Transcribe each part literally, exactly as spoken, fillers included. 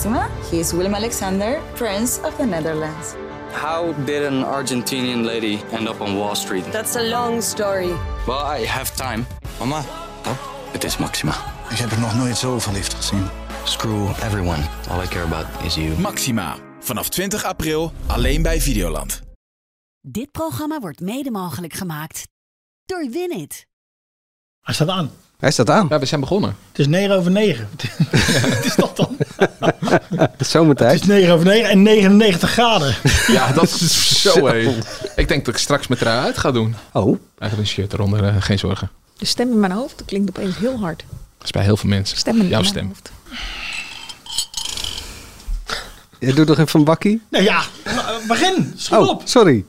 Maxima. He is Willem Alexander, Prince of the Netherlands. How did an Argentinian lady end up on Wall Street? That's a long story. Well, I have time. Mama, Oh, het is Maxima. ik heb er nog nooit zo verliefd gezien. Screw everyone. All I care about is you. Maxima. Vanaf twintig april alleen bij Videoland. Dit programma wordt mede mogelijk gemaakt door Winit. Hij staat aan. Hij staat aan. Ja, we zijn begonnen. Het is negen over negen. Het is toch dan? Zomertijd. Het is negen over negen en negenennegentig graden. Ja, dat is zo hé. Ik denk dat ik straks mijn trui uit ga doen. Oh. Eigenlijk een shirt eronder, uh, geen zorgen. De stem in mijn hoofd klinkt opeens heel hard. Dat is bij heel veel mensen. Stemmen in Jouw mijn stem. hoofd. Je doet nog even een bakkie? Nou ja, begin. Schiet Oh, op. sorry.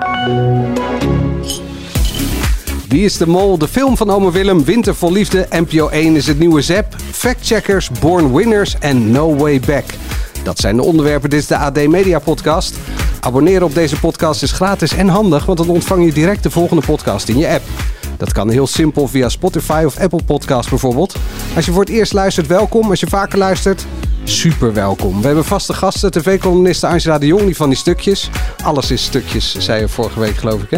Wie is de Mol? De film van Ome Willem, Winter vol Liefde, N P O één is het nieuwe Zep, Factcheckers, Born Winners en No Way Back. Dat zijn de onderwerpen. Dit is de A D Media Podcast. Abonneren op deze podcast is gratis en handig, want dan ontvang je direct de volgende podcast in je app. Dat kan heel simpel via Spotify of Apple Podcasts bijvoorbeeld. Als je voor het eerst luistert, welkom. Als je vaker luistert, super welkom. We hebben vaste gasten, tv-columniste Angela de Jong, die van die stukjes. Alles is stukjes, zei je vorige week geloof ik, hè?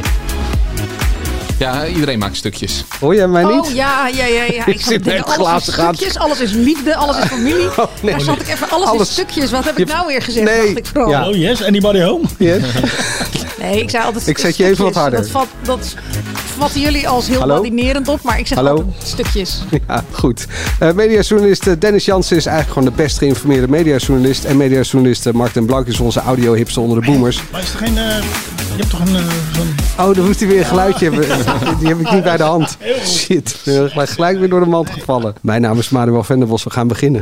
Ja, iedereen maakt stukjes. Hoor jij mij niet? Oh ja, ja, ja. ja. Ik Ik zit zat denken, net alles is glazen gaan. stukjes, alles is liefde, alles is familie. Oh, nee, Daar zat ik even, alles, Alles. is stukjes. Wat heb Je- ik nou weer gezegd? Nee. Dacht ik vooral. Ja. Oh yes, anybody home? Yes. Nee, ik zei altijd Ik zet je even wat stukjes. harder. Dat, vat, dat vatten jullie als heel Hallo? badinerend op, maar ik zeg Hallo? altijd stukjes. Ja, goed. Uh, mediajournalist uh, Dennis Jansen is eigenlijk gewoon de best geïnformeerde mediajournalist. En mediajournalist uh, Mark den Blank is onze audio-hipster onder de boomers. Maar is er geen... Uh, je hebt toch een... Uh, zo'n... Oh, dan moest hij weer een geluidje hebben. Die heb ik niet bij de hand. Shit. Uh, gelijk, gelijk weer door de mand gevallen. Mijn naam is Manuel Venderbos. We gaan beginnen.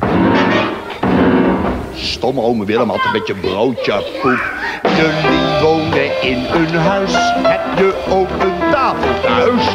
Stomme ome Willem had een beetje broodje poep. Jullie wonen in een huis. Heb je ook een tafel thuis?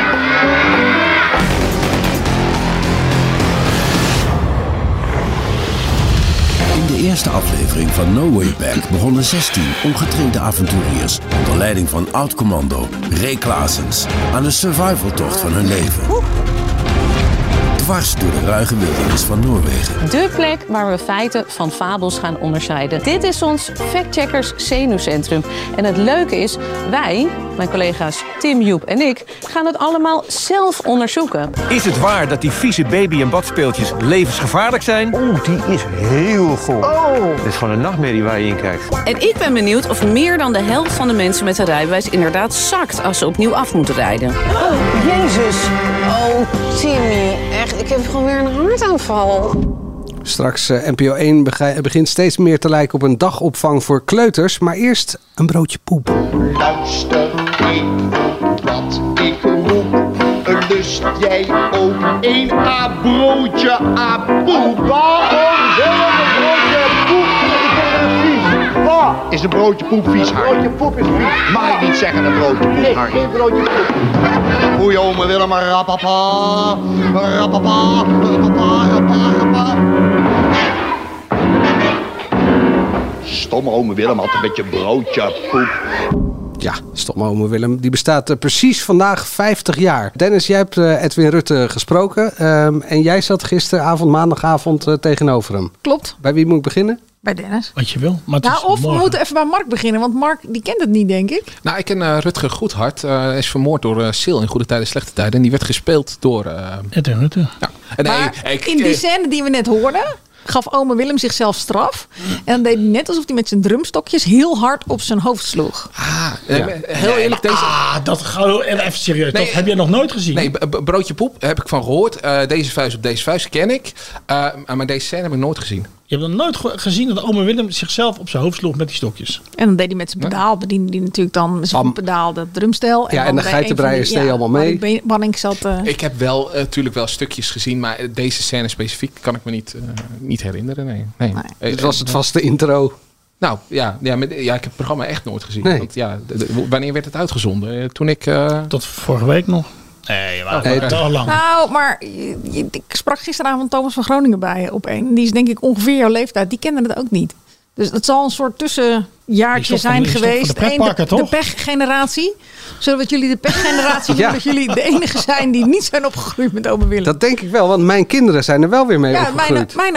In de eerste aflevering van No Way Back begonnen zestien ongetrainde avonturiers onder leiding van oud-commando Ray Klaasens aan de survivaltocht van hun leven. Dwars door de ruige wildernis van Noorwegen. De plek waar we feiten van fabels gaan onderscheiden. Dit is ons Factcheckers Zenuwcentrum. En het leuke is, wij, mijn collega's Tim, Joep en ik, gaan het allemaal zelf onderzoeken. Is het waar dat die vieze baby- en badspeeltjes levensgevaarlijk zijn? Oeh, die is heel goed. Oh. Dit is gewoon een nachtmerrie waar je in kijkt. En ik ben benieuwd of meer dan de helft van de mensen met een rijbewijs inderdaad zakt als ze opnieuw af moeten rijden. Oh, Jezus. Oh, Timmy. Echt, ik heb gewoon weer een hartaanval. Straks uh, N P O één beg- begint steeds meer te lijken op een dagopvang voor kleuters. Maar eerst een broodje poep. Luister even wat ik roep. Lust jij ook een A-broodje A-poep? Waarom wil een broodje poep? Ik vind het vies. Waar is een broodje poep vies, Harry? Broodje poep is vies. Mag ik niet zeggen een broodje poep, Harry? Nee, geen broodje poep. Goeie ome Willem, rapapa, rapapa, rapapa, rapapa, rapapa. Stomme ome Willem had een beetje broodje poep. Ja, stomme ome Willem. Die bestaat uh, precies vandaag vijftig jaar. Dennis, jij hebt uh, Edwin Rutte gesproken. Um, en jij zat gisteravond, maandagavond, uh, tegenover hem. Klopt. Bij wie moet ik beginnen? Bij Dennis. Wat je wil. Maar het Nou, is of morgen. we moeten even bij Mark beginnen, want Mark die kent het niet, denk ik. Nou, ik ken uh, Rutger Goedhart. Uh, hij is vermoord door uh, Sil in Goede Tijden, Slechte Tijden. En die werd gespeeld door... Uh, Edwin Rutte. ja. En, Maar nee, ik, in die scène die we net hoorden, gaf ome Willem zichzelf straf. En dan deed hij net alsof hij met zijn drumstokjes heel hard op zijn hoofd sloeg. Ah, ja. Heel eerlijk, deze... Ah, dat gaan even serieus. Nee, dat heb jij nog nooit gezien? Nee, b- b- broodje poep heb ik van gehoord. Uh, deze vuist op deze vuist ken ik. Uh, maar deze scène heb ik nooit gezien. Je hebt nog nooit ge- gezien dat ome Willem zichzelf op zijn hoofd sloeg met die stokjes. En dan deed hij met zijn pedaal, bediende hij natuurlijk dan met zijn Am. pedaal dat drumstel. Ja, en de bij geitenbreier een van die- steed allemaal mee. waar die Banning zat. Uh, Ik heb wel natuurlijk uh, wel stukjes gezien, maar deze scène specifiek kan ik me niet, uh, niet herinneren. Nee. nee. Nee. Dit was het vaste intro. Nou ja, ja, met, ja, ik heb het programma echt nooit gezien. Nee. Want, ja, de, de, wanneer werd het uitgezonden? Uh, toen ik... Uh... Tot vorige week nog. Nee, maar Nee, nee, al lang. Nou, maar je- je- ik sprak gisteravond Thomas van Groningen bij op één. Die is denk ik ongeveer jouw leeftijd. Die kende het ook niet. Dus het zal een soort tussenjaartje Die is toch van- zijn die is toch geweest. van de pretparken, Eén, de, de toch? pechgeneratie. Zullen we het jullie de pechgeneratie doen? Ja. Dat jullie de enige zijn die niet zijn opgegroeid met ome Willem. Dat denk ik wel, want mijn kinderen zijn er wel weer mee ja, mijn, opgegroeid. mijn ook.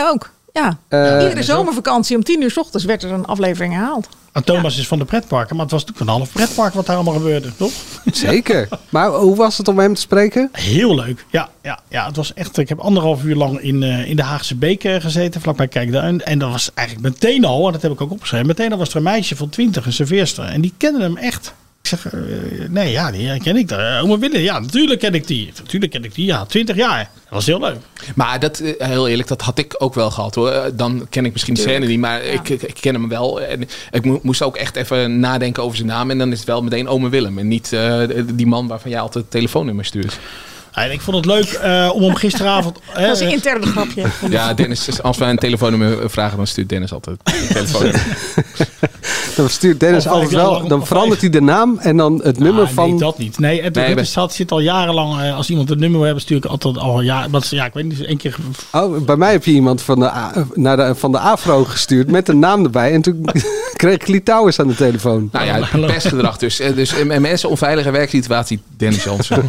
Ja, Uh, iedere zomervakantie om tien uur 's ochtends werd er een aflevering gehaald. En Thomas is van de pretparken, maar het was natuurlijk een half pretpark wat daar allemaal gebeurde, toch? Zeker. Maar hoe was het om hem te spreken? Heel leuk. Ja, ja, ja, het was echt. Ik heb anderhalf uur lang in, uh, in de Haagse Beek uh, gezeten, vlakbij Kijkduin. En dat was eigenlijk meteen al, en dat heb ik ook opgeschreven, meteen al was er een meisje van twintig, een serveerster. En die kende hem echt. Ik zeg, uh, nee, ja, die ken ik. Uh, Oma Willem, ja, natuurlijk ken ik die. Natuurlijk ken ik die, ja, twintig jaar. Dat was heel leuk. Maar dat, heel eerlijk, dat had ik ook wel gehad hoor. Dan ken ik misschien de scène niet, maar ja. ik, ik, ik ken hem wel. En ik mo- moest ook echt even nadenken over zijn naam. En dan is het wel meteen Ome Willem. En niet uh, die man waarvan jij altijd het telefoonnummer stuurt. Ja, ik vond het leuk uh, om hem gisteravond... dat was een interne grapje. Ja, Dennis, als wij een telefoonnummer vragen, dan stuurt Dennis altijd een telefoonnummer. Dan stuurt Dennis of alles wel. Dan verandert hij de naam en dan het nummer ah, van... Nee, dat niet. Nee, het, nee, het staat, zit al jarenlang... Uh, als iemand een nummer wil hebben, stuur ik altijd al ja, maar, ja, ik weet niet, één keer... Oh, bij mij heb je iemand van de, naar de, van de Afro gestuurd met een naam erbij. En toen kreeg ik Litouwers aan de telefoon. Nou ja, het pestgedrag dus. Dus uh, mensen onveilige werksituatie, Dennis Jansen.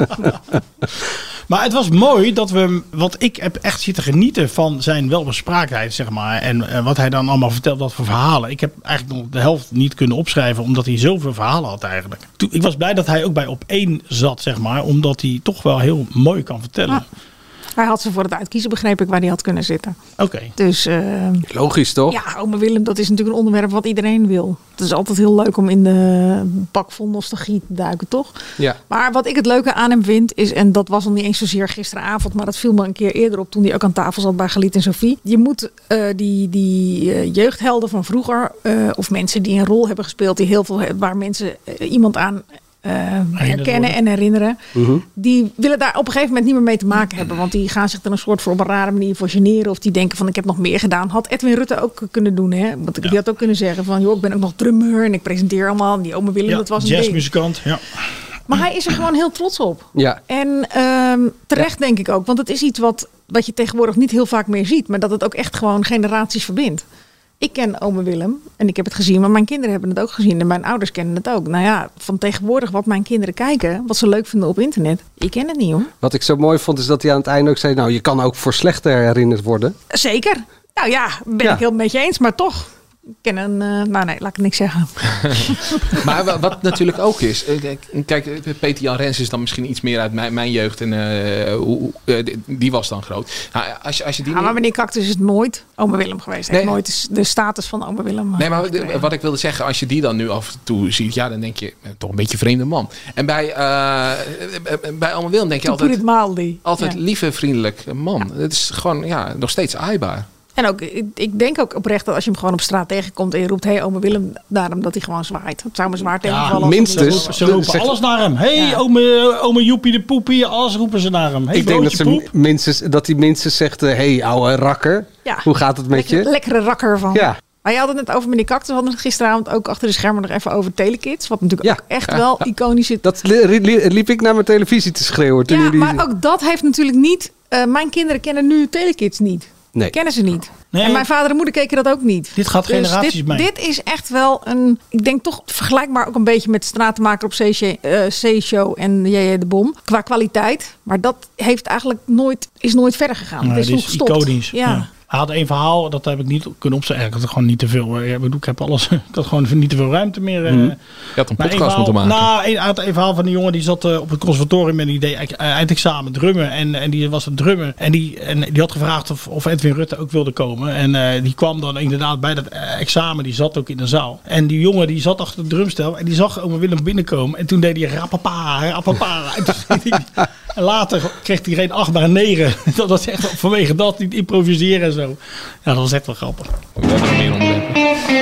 Maar het was mooi dat we, want ik heb echt zitten genieten van zijn welbespraaktheid, zeg maar. En uh, wat hij dan allemaal vertelt, wat voor verhalen. Ik heb eigenlijk nog de helft niet kunnen opschrijven, omdat hij zoveel verhalen had eigenlijk. Toen, ik was blij dat hij ook bij Op één zat, zeg maar, omdat hij toch wel heel mooi kan vertellen. Ah. Hij had ze voor het uitkiezen, begreep ik, waar hij had kunnen zitten. Oké. Okay. Dus, uh, logisch toch? Ja, Ome Willem, dat is natuurlijk een onderwerp wat iedereen wil. Het is altijd heel leuk om in de bak vol nostalgie te duiken, toch? Ja. Maar wat ik het leuke aan hem vind is, en dat was nog niet eens zozeer gisteravond, maar dat viel me een keer eerder op toen hij ook aan tafel zat bij Galit en Sophie. Je moet uh, die, die uh, jeugdhelden van vroeger, uh, of mensen die een rol hebben gespeeld, die heel veel, waar mensen uh, iemand aan... Uh, herkennen en herinneren. Uh-huh. Die willen daar op een gegeven moment niet meer mee te maken hebben. Want die gaan zich er een soort voor op een rare manier voor generen. Of die denken van ik heb nog meer gedaan. Had Edwin Rutte ook kunnen doen. Hè? Want die ja. had ook kunnen zeggen van joh, ik ben ook nog drummer. En ik presenteer allemaal. En die Ome Willem, ja, dat was een jazzmuzikant, ja. Maar hij is er gewoon heel trots op. Ja. En um, terecht ja. denk ik ook. Want het is iets wat, wat je tegenwoordig niet heel vaak meer ziet. Maar dat het ook echt gewoon generaties verbindt. Ik ken Ome Willem en ik heb het gezien, maar mijn kinderen hebben het ook gezien en mijn ouders kennen het ook. Nou ja, van tegenwoordig wat mijn kinderen kijken, wat ze leuk vinden op internet, ik ken het niet hoor. Wat ik zo mooi vond is dat hij aan het einde ook zei, nou je kan ook voor slechter herinnerd worden. Zeker. Nou ja, ben ja. ik heel met je eens, maar toch. Ik ken een... Uh, nou nee, laat ik niks zeggen. Maar wat natuurlijk ook is... Kijk, Peter Jan Rens is dan misschien iets meer uit mijn, mijn jeugd. En uh, uh, die was dan groot. Nou, als je, als je die ja, maar meneer Cactus is het nooit Ome Willem geweest. Hij nee. heeft nooit de status van Ome Willem. Nee, maar de, wat ik wilde zeggen... Als je die dan nu af en toe ziet... Ja, dan denk je... Toch een beetje vreemde man. En bij, uh, bij Ome Willem denk je altijd... Altijd ja. lieve, vriendelijk man. Het is gewoon ja, nog steeds aaibaar. En ook, ik, ik denk ook oprecht dat als je hem gewoon op straat tegenkomt en je roept, hé, hey, Ome Willem, daarom dat hij gewoon zwaait. Het zou me zwaar tegenvallen. Ja, minstens. Ze roepen zeg, alles naar hem. Hé, hey, ja. ome, ome Joepie de Poepie, alles roepen ze naar hem. Hey, ik denk dat, ze minstens, dat hij minstens zegt, hé, hey, ouwe rakker, ja. hoe gaat het met Lekker, je? Lekkere rakker van. Ja. Maar je had het net over meneer Cactus. We hadden het gisteravond ook achter de schermen nog even over Telekids. Wat natuurlijk ja. ook echt ja. wel ja. iconisch is. Dat li- li- liep ik naar mijn televisie te schreeuwen. Toen ja, jullie... maar ook dat heeft natuurlijk niet... Uh, mijn kinderen kennen nu Telekids niet. Nee. Kennen ze niet. Nee. En mijn vader en moeder keken dat ook niet. Dit gaat dus generaties dit, mee. Dit is echt wel een... Ik denk toch vergelijkbaar ook een beetje met Stratenmaker op C-Show uh, en J J de Bom. Qua kwaliteit. Maar dat heeft eigenlijk nooit, is nooit verder gegaan. Nee, het is dit nog gestopt. Iconisch. Ja. Ja. Hij had één verhaal, dat heb ik niet kunnen opzetten. Ik had gewoon niet te veel. Ik heb alles. Ik had gewoon niet te veel ruimte meer. Mm. Je had een podcast verhaal, moeten maken. Nou, een, een verhaal van die jongen die zat uh, op het conservatorium en die deed eindexamen drummen. En, en die was het drummen. En die, en die had gevraagd of, of Edwin Rutte ook wilde komen. En uh, die kwam dan inderdaad bij dat uh, examen. Die zat ook in de zaal. En die jongen die zat achter de drumstel. En die zag Ome Willem binnenkomen. En toen deed hij rapapa, rapapa. En, en later kreeg hij geen acht, maar een negen. Dat was echt vanwege dat, niet improviseren en zo. Ja, dat was echt wel grappig. We hebben er meer onderwerpen.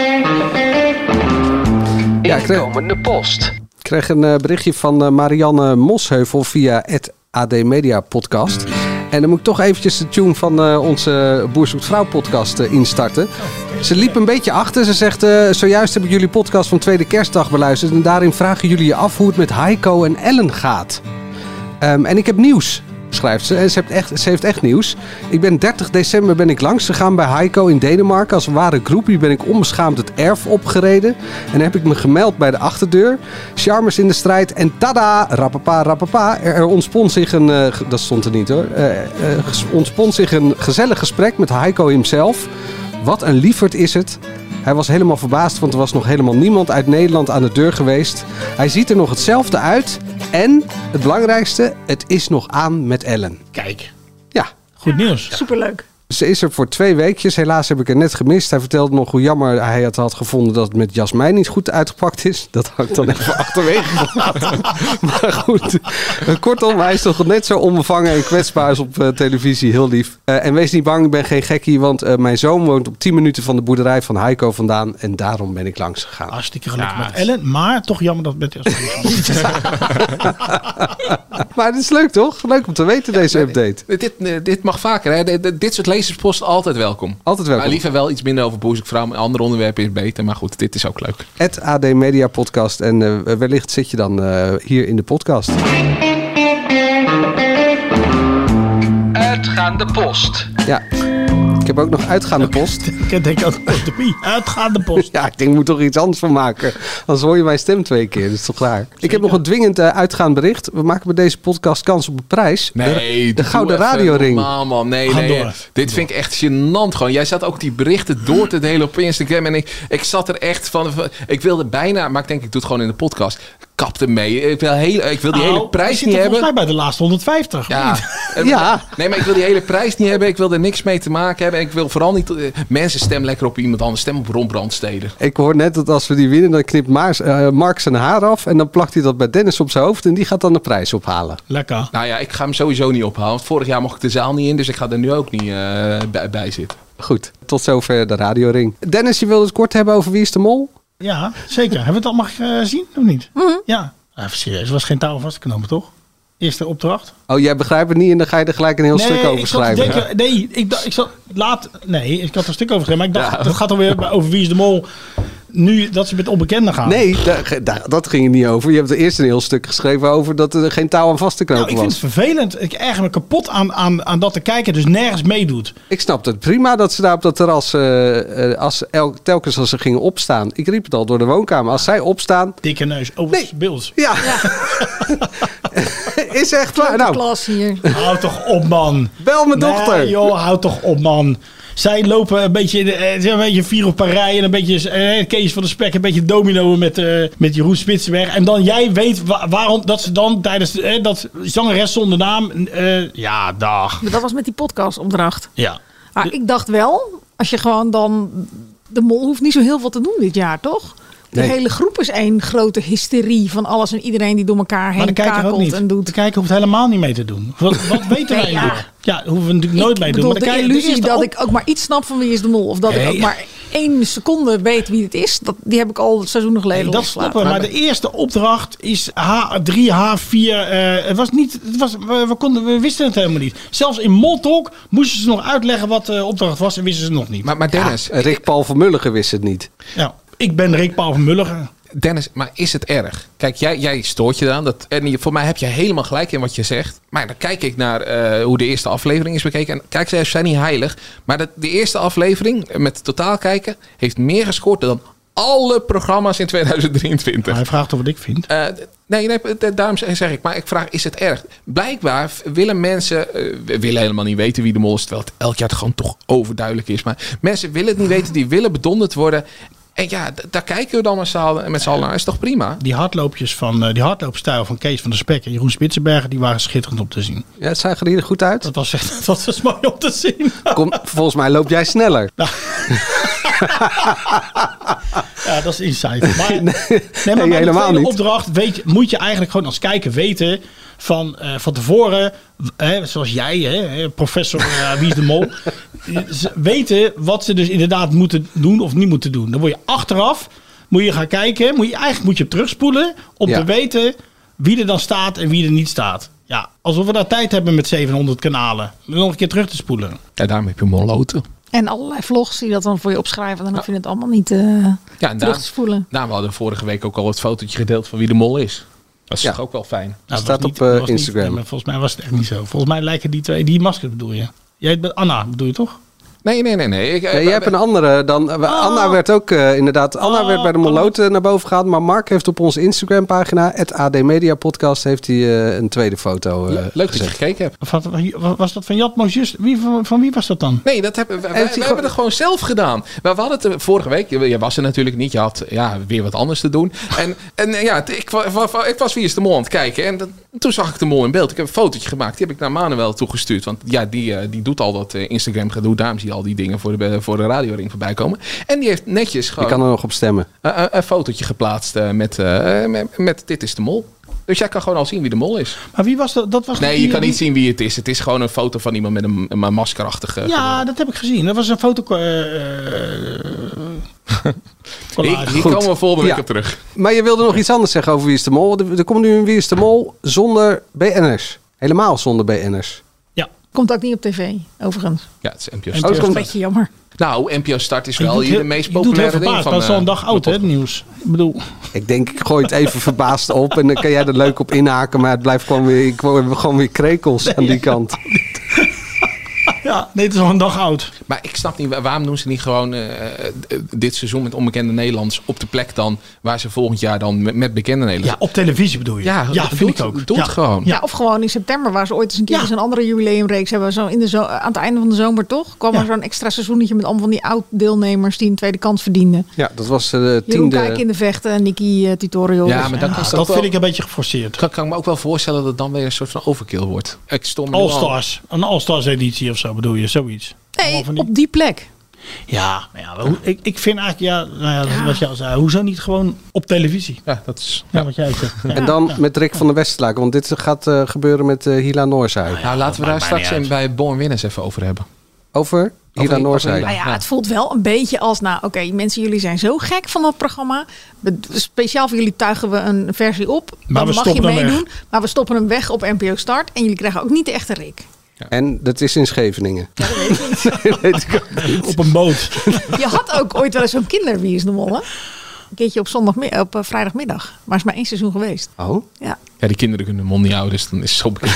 Ja, ik kreeg, post. Ik kreeg een uh, berichtje van uh, Marianne Mosheuvel via het A D Media podcast. En dan moet ik toch eventjes de tune van uh, onze Boer Zoekt Vrouw podcast uh, instarten. Ze liep een beetje achter. Ze zegt, uh, zojuist heb ik jullie podcast van Tweede Kerstdag beluisterd. En daarin vragen jullie je af hoe het met Heiko en Ellen gaat. Um, en ik heb nieuws. schrijft ze. En ze heeft, echt, ze heeft echt nieuws. Ik ben dertig december ben ik langs gegaan bij Heiko in Denemarken. Als een ware groepie ben ik onbeschaamd het erf opgereden. En heb ik me gemeld bij de achterdeur. Charmers in de strijd. En tada, rapapa, rapapa. Er, er ontspon zich een... Uh, dat stond er niet hoor. Uh, uh, ontspon zich een gezellig gesprek met Heiko himself. Wat een lieverd is het. Hij was helemaal verbaasd, want er was nog helemaal niemand uit Nederland aan de deur geweest. Hij ziet er nog hetzelfde uit. En, het belangrijkste, het is nog aan met Ellen. Kijk. Ja. Goed nieuws. Ja. Superleuk. Ze is er voor twee weekjes. Helaas heb ik haar net gemist. Hij vertelde nog hoe jammer hij het had gevonden dat het met Jasmijn niet goed uitgepakt is. Dat had ik dan even achterwege gelaten. Maar goed. Kortom, hij is toch net zo onbevangen en kwetsbaar als op uh, televisie. Heel lief. Uh, en wees niet bang, ik ben geen gekkie. Want uh, mijn zoon woont op tien minuten van de boerderij van Heiko vandaan. En daarom ben ik langs gegaan. Hartstikke gelukkig ja. met Ellen. Maar toch jammer dat het met Jasmijn. Maar het is leuk toch? Leuk om te weten deze update. Dit, dit, dit mag vaker. Hè? Dit, dit soort lezerspost altijd welkom. Altijd welkom. Maar liever wel iets minder over boezekvrouw. Een ander onderwerp is beter. Maar goed, dit is ook leuk. Het A D Media Podcast. En uh, wellicht zit je dan uh, hier in de podcast. Uitgaande post. Ja. Ik heb ook nog uitgaande post. Ik denk ook de uitgaande post. Ja, ik denk, ik moet toch iets anders van maken. Anders hoor je mijn stem twee keer. Dat is toch raar. Zeker. Ik heb nog een dwingend uh, uitgaand bericht. We maken bij deze podcast kans op een prijs. Nee, de, de Gouden Radioring. Normaal, man. Nee, nee. Door. Dit Door. vind ik echt gênant gewoon. Jij zat ook die berichten door te delen op Instagram. En ik, ik zat er echt van... Ik wilde bijna... Maar ik denk, ik doe het gewoon in de podcast. Kapte mee. Ik wil, heel, ik wil die nou, hele prijs niet hebben. Volgens mij bij de laatste honderdvijftig. Ja. ja. Nee, maar ik wil die hele prijs niet hebben. Ik wil er niks mee te maken hebben. En ik wil vooral niet... Uh, mensen stem lekker op iemand anders. Stem op Ron Brandstede. Ik hoor net dat als we die winnen, dan knipt Mark, uh, Mark zijn haar af. En dan plakt hij dat bij Dennis op zijn hoofd. En die gaat dan de prijs ophalen. Lekker. Nou ja, ik ga hem sowieso niet ophalen. Want vorig jaar mocht ik de zaal niet in. Dus ik ga er nu ook niet uh, bij, bij zitten. Goed. Tot zover de radioring. Dennis, je wilde het kort hebben over Wie is de Mol? Ja, zeker. Hebben we het al mag uh, zien of niet? Mm-hmm. Ja. Even serieus, er was geen touw vastgenomen, toch? Eerste opdracht. Oh, jij begrijpt het niet en dan ga je er gelijk een heel nee, stuk over schrijven. Denken, ja. Nee, ik, ik zat laat. Nee, ik had er een stuk over geschreven. Maar ik dacht, ja. dat gaat alweer over Wie is de Mol. Nu dat ze met onbekenden gaan. Nee, daar, daar, dat ging er niet over. Je hebt er eerst een heel stuk geschreven over dat er geen touw aan vast te knopen nou, ik was. Ik vind het vervelend. Ik erger me kapot aan, aan, aan dat de kijker dus nergens meedoet. Ik snap het prima dat ze daar op dat terras, uh, als el, telkens als ze gingen opstaan. Ik riep het al door de woonkamer. Als zij opstaan. Dikke neus. Over nee. beeld. Ja. ja. Is echt waar. Nou. Klas hier. Hou toch op, man. Bel mijn nee, dochter. Joh, hou toch op, man. Zij lopen een beetje, een beetje vier op een rij en een beetje eh, Kees van de Spek, een beetje domino met, uh, met Jeroen Spitsenberg. En dan jij weet wa- waarom dat ze dan tijdens eh, dat zangeres zonder naam. Uh, ja, dag. Dat was met die podcastopdracht. Ja. Ah, ik dacht wel, als je gewoon dan. De Mol hoeft niet zo heel veel te doen dit jaar, toch? De nee. hele groep is één grote hysterie van alles en iedereen die door elkaar heen kakelt en doet. De kijker hoeft helemaal niet mee te doen. Wat, wat weten wij ja. nu? Ja, hoeven we natuurlijk nooit ik mee te doen. Maar de, de illusie dat op... ik ook maar iets snap van Wie is de Mol. Of dat nee. ik ook maar één seconde weet wie het is. Dat, die heb ik al seizoenen geleden nee, dat snappen. Maar de eerste opdracht is H drie, H vier. Uh, het was niet, het was, we, we, konden, we wisten het helemaal niet. Zelfs in Moltalk moesten ze nog uitleggen wat de opdracht was en wisten ze nog niet. Maar, maar Dennis... Ja, Rick Paul van Mulligen wist het niet. Ja. Ik ben Rick Paul van Mulligen. Dennis, maar is het erg? Kijk, jij, jij stoort je eraan. Dat, en voor mij heb je helemaal gelijk in wat je zegt. Maar dan kijk ik naar uh, hoe de eerste aflevering is bekeken. En kijk, ze zijn niet heilig. Maar de, de eerste aflevering, met totaal kijken, heeft meer gescoord dan alle programma's in tweeduizend drieëntwintig. Maar hij vraagt toch wat ik vind? Uh, nee, nee, daarom zeg ik. Maar ik vraag, is het erg? Blijkbaar willen mensen... Uh, willen helemaal niet weten wie de mol is. Terwijl het elk jaar het gewoon toch overduidelijk is. Maar mensen willen het niet weten. Die willen bedonderd worden. En ja, d- daar kijken we dan met z'n allen, met z'n allen naar. Is toch prima? Die hardloopjes van, uh, die hardloopstijl van Kees van der Spek en Jeroen Spitsenberger, die waren schitterend om te zien. Ja, het zagen er goed uit. Dat was echt, dat was mooi om te zien. Kom, volgens mij loop jij sneller. Nou. Ja, dat is insight. Maar, nee, nee, maar nee, bij helemaal de niet. opdracht weet je, moet je eigenlijk gewoon als kijker weten van, uh, van tevoren, hè, zoals jij, hè, professor uh, Wie is de Mol, weten wat ze dus inderdaad moeten doen of niet moeten doen. Dan word je achteraf, moet je gaan kijken, moet je, eigenlijk moet je terugspoelen om ja. te weten wie er dan staat en wie er niet staat. Ja, alsof we daar tijd hebben met zevenhonderd kanalen. Om nog een keer terug te spoelen. Ja, daarom heb je Molloten. En allerlei vlogs die dat dan voor je opschrijven. En dan ja. vind je het allemaal niet uh, ja, en terug te spoelen. Daarom hadden we vorige week ook al het fotootje gedeeld van wie de mol is. Dat is Ja. toch ook wel fijn. Nou, Dat was staat niet- op dat uh, was niet- Instagram. nee, maar volgens mij was het echt niet zo. Volgens mij lijken die twee, die maskers bedoel je. Jij bent Anna, bedoel je toch? Nee, nee, nee. nee. Ik, Nee, jij hebt een andere dan. Oh. Anna werd ook uh, inderdaad. Anna oh, werd bij de Moloot uh, naar boven gehaald. Maar Mark heeft op onze Instagram pagina, het A D Media Podcast, heeft hij uh, een tweede foto. Uh, Leuk dat je gekeken hebt. Wat, was dat van Jatmos Just? Wie, van, van wie was dat dan? Nee, dat hebben, wij, wij, wij hebben het gewoon zelf gedaan. Maar we hadden het uh, vorige week. Je, je was er natuurlijk niet. Je had ja, weer wat anders te doen. En, en ja, ik, ik was Wie is de Mol aan het kijken. En dat, toen zag ik de mol in beeld. Ik heb een fotootje gemaakt. Die heb ik naar Manuel toegestuurd. Want ja, die, uh, die doet al dat uh, Instagram gedoe. Daarom zie je al die dingen voor de voor de radioring voorbij komen. En die heeft netjes gewoon... Je kan er nog op stemmen. Uh, uh, een fotootje geplaatst uh, met, uh, met, met Dit is de Mol. Dus jij kan gewoon al zien wie de mol is. Maar wie was dat? dat was nee, die, je kan die... niet zien wie het is. Het is gewoon een foto van iemand met een, een maskerachtige... Ja, gedoe. dat heb ik gezien. Dat was een foto... Uh, hier hier komen we volgende week ja. op terug. Maar je wilde nog iets anders zeggen over Wie is de Mol. Er, er komt nu een Wie is de Mol zonder B N'ers. Helemaal zonder B N'ers. Ja. Komt ook niet op tv, overigens. Ja, het is N P O Dat Start. is een beetje jammer. Nou, N P O Start is Je wel doet hier heel- de meest je doet populaire heel ding verbaasd, van... Dat is al een uh, dag oud, hè, het nieuws. Ik bedoel... Ik denk, ik gooi het even verbaasd op. En dan kan jij er leuk op inhaken. Maar het blijft gewoon weer, ik word gewoon weer krekels Nee, aan die ja. kant. Ja, nee, het is al een dag oud. Maar ik snap niet, waarom doen ze niet gewoon uh, dit seizoen met onbekende Nederlands op de plek dan, waar ze volgend jaar dan met, met bekende Nederlands... Ja, op televisie bedoel je? Ja, ja doe vind het- ik ook. doe het ja. gewoon. Ja, of gewoon in september, waar ze ooit eens een keer Ja. zo'n andere jubileumreeks hebben. Zo in de zo aan het einde van de zomer toch? Kwam Ja. er zo'n extra seizoenetje met allemaal van die oud-deelnemers die een tweede kans verdienden. Ja, dat was de Jeroen Kijk tiende. in de vechten, Nicky uh, Tutorial. Ja, Dus, maar dan ja. kan Dat vind ik een beetje geforceerd. Kan, kan ik me ook wel voorstellen dat het dan weer een soort van overkill wordt. Ik stond nu al- All-Stars. Een All-Stars editie of zo bedoel je, zoiets. Nee, Allemaal van die- op die plek. Ja, maar ja, hoe- ik, ik vind eigenlijk, ja, nou ja, dat is wat jij al zei. Hoezo niet gewoon op televisie? Ja, dat is... Ja, wat jij zegt. Ja. En dan Ja. met Rick van der Westerlaken. Want dit gaat uh, gebeuren met uh, Hila Noorzij. Nou, laten we daar maakt mij straks niet in bij Born Winners even over hebben. Over Hila Over- Noorzij. over Nou ja, Ja. het voelt wel een beetje als, nou oké, mensen, jullie zijn zo gek van dat programma. We- Speciaal voor jullie tuigen we een versie op. Maar we Dan mag je stoppen hem meedoen. Maar we stoppen hem weg op N P O Start. En jullie krijgen ook niet de echte Rick. En dat is in Scheveningen. Ja, dat weet ik niet. Nee, weet ik ook niet. Op een boot. Je had ook ooit wel eens zo'n kinderwie is de mol, hè? Een keertje op, zondagmi- op uh, vrijdagmiddag. Maar is maar één seizoen geweest. Oh? Ja, Ja, die kinderen kunnen de mond niet houden, dus dan is het zo bekend.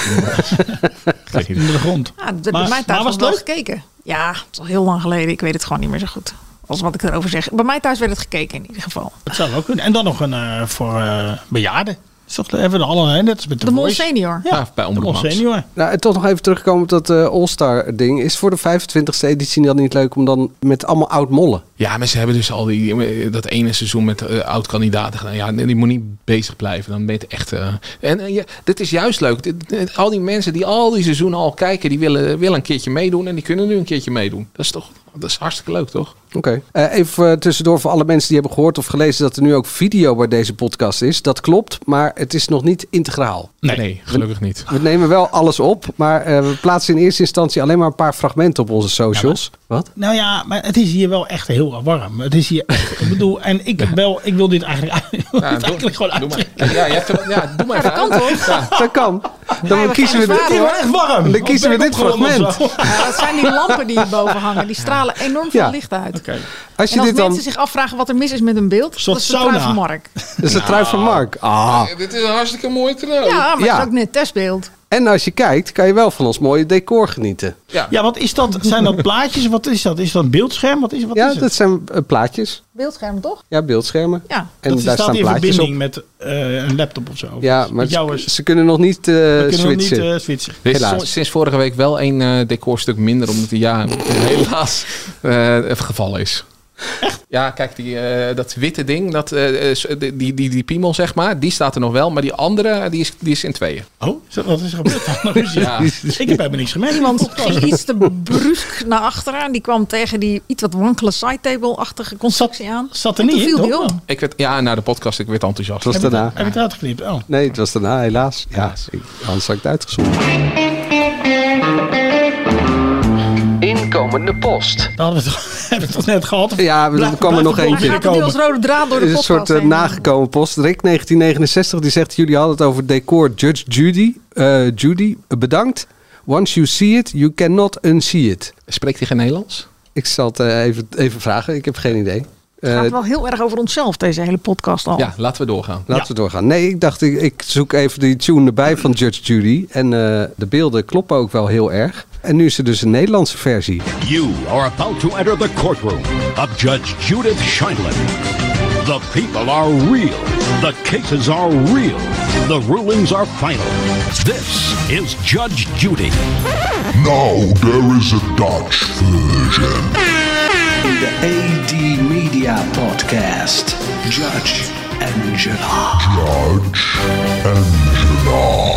Geen idee. In de grond. ja dat Maar- bij mij thuis maar was was het wel leuk? gekeken. Ja, het is al heel lang geleden. Ik weet het gewoon niet meer zo goed. Als wat ik erover zeg. Bij mij thuis werd het gekeken in ieder geval. Dat zou ook kunnen. En dan nog een uh, voor uh, bejaarden. Is toch even de alle, net als met de, De Mol Voice. Senior. Ja, Ja, bij de Omroep Mol Max. Senior. Nou, en toch nog even terugkomen op dat uh, All-Star ding. Is voor de vijfentwintigste editie dan niet leuk om dan met allemaal oud-mollen? Ja, maar ze hebben dus al die, dat ene seizoen met uh, oud-kandidaten gedaan. Ja, die moet niet bezig blijven. Dan ben je het echt... Uh, en uh, ja, dit is juist leuk. Dit, dit- al die mensen die al die seizoenen al kijken, die willen, willen een keertje meedoen. En die kunnen nu een keertje meedoen. Dat is toch... Dat is hartstikke leuk, toch? Oké. Okay. Uh, even uh, tussendoor voor alle mensen die hebben gehoord of gelezen dat er nu ook video bij deze podcast is. Dat klopt, maar het is nog niet integraal. Nee. Nee, gelukkig niet. We nemen wel alles op, maar uh, we plaatsen in eerste instantie alleen maar een paar fragmenten op onze socials. Ja, Wat? Nou ja, maar het is hier wel echt heel erg warm. Het is hier echt, ik bedoel, en ik, wel, ik wil dit eigenlijk, ik wil Ja, dit doe- eigenlijk gewoon Doe uittrekken. maar. Ja, je hebt er, ja, doe maar Ja, even dat kan uit. toch? Ja. Dat kan. Dan Nee, we kiezen we gaan dit. niet Het is wel echt warm. Dan kiezen we Of ben ik dit opgewonden fragment. of zo? Ja, dat zijn die lampen die hierboven hangen. Die stralen enorm veel Ja. licht uit. Oké. Als je En als dit dan. mensen zich afvragen wat er mis is met een beeld, soort dat is de trui sauna. van Mark. Dat is de trui van Mark. Ah. Dit is een hartstikke mooie trui. Ja, maar Ja. het is ook net testbeeld. En als je kijkt, kan je wel van ons mooie decor genieten. Ja. Ja, wat is dat? Zijn dat plaatjes? Wat is dat? Is dat een beeldscherm? Wat is, wat Ja, is het? dat zijn uh, plaatjes. Beeldscherm toch? Ja, beeldschermen. Ja. En dat daar staat staan in plaatjes op. verbinding met uh, een laptop of zo. Of Ja, iets. maar met jou ze, is, ze kunnen nog niet uh, we kunnen nog switchen. niet uh, switchen. Er is Helaas. zo- sinds vorige week wel een uh, decorstuk minder, omdat hij ja, helaas uh, even gevallen is. Echt? Ja, kijk, die, uh, dat witte ding, dat, uh, die, die, die, die piemel zeg maar, die staat er nog wel. Maar die andere, die is, die is in tweeën. Oh, is dat- wat is er gebeurd dan? Ruzie? Ja. Ik heb helemaal niks gemerkt. Iemand ging iets te brusk naar achteren. En die kwam tegen die iets wat wankele sidetable-achtige constructie aan. Zat er En toen niet in, viel die toch? om. Ik werd, ja, na de podcast, ik werd enthousiast. Het was Heb je, daarna. het- heb je het eruit geknipt? Oh. Nee, het was daarna, helaas. Ja, ik, anders had ik het uitgezonden. Inkomende post. Dat hadden we toch, hebben we toch net gehad? Ja, er Blijf- kwam er blijf nog de eentje. Gaat het die als rode draad door de Er is een podcast soort uh, heen? nagekomen post. Rick negentien negenenzestig die zegt: jullie hadden het over decor. Judge Judy. Uh, Judy, bedankt. Once you see it, you cannot unsee it. Spreekt hij geen Nederlands? Ik zal het uh, even, even vragen. Ik heb geen idee. Het gaat wel heel erg over onszelf, deze hele podcast al. Ja, laten we doorgaan. Laten ja. we doorgaan. Nee, ik dacht, ik, ik zoek even die tune erbij van Judge Judy. En uh, de beelden kloppen ook wel heel erg. En nu is er dus een Nederlandse versie. You are about to enter the courtroom of Judge Judith Sheindlin. The people are real. The cases are real. The rulings are final. This is Judge Judy. Now there is a Dutch version. The A D Media Podcast. Judge Angela. Judge Angela.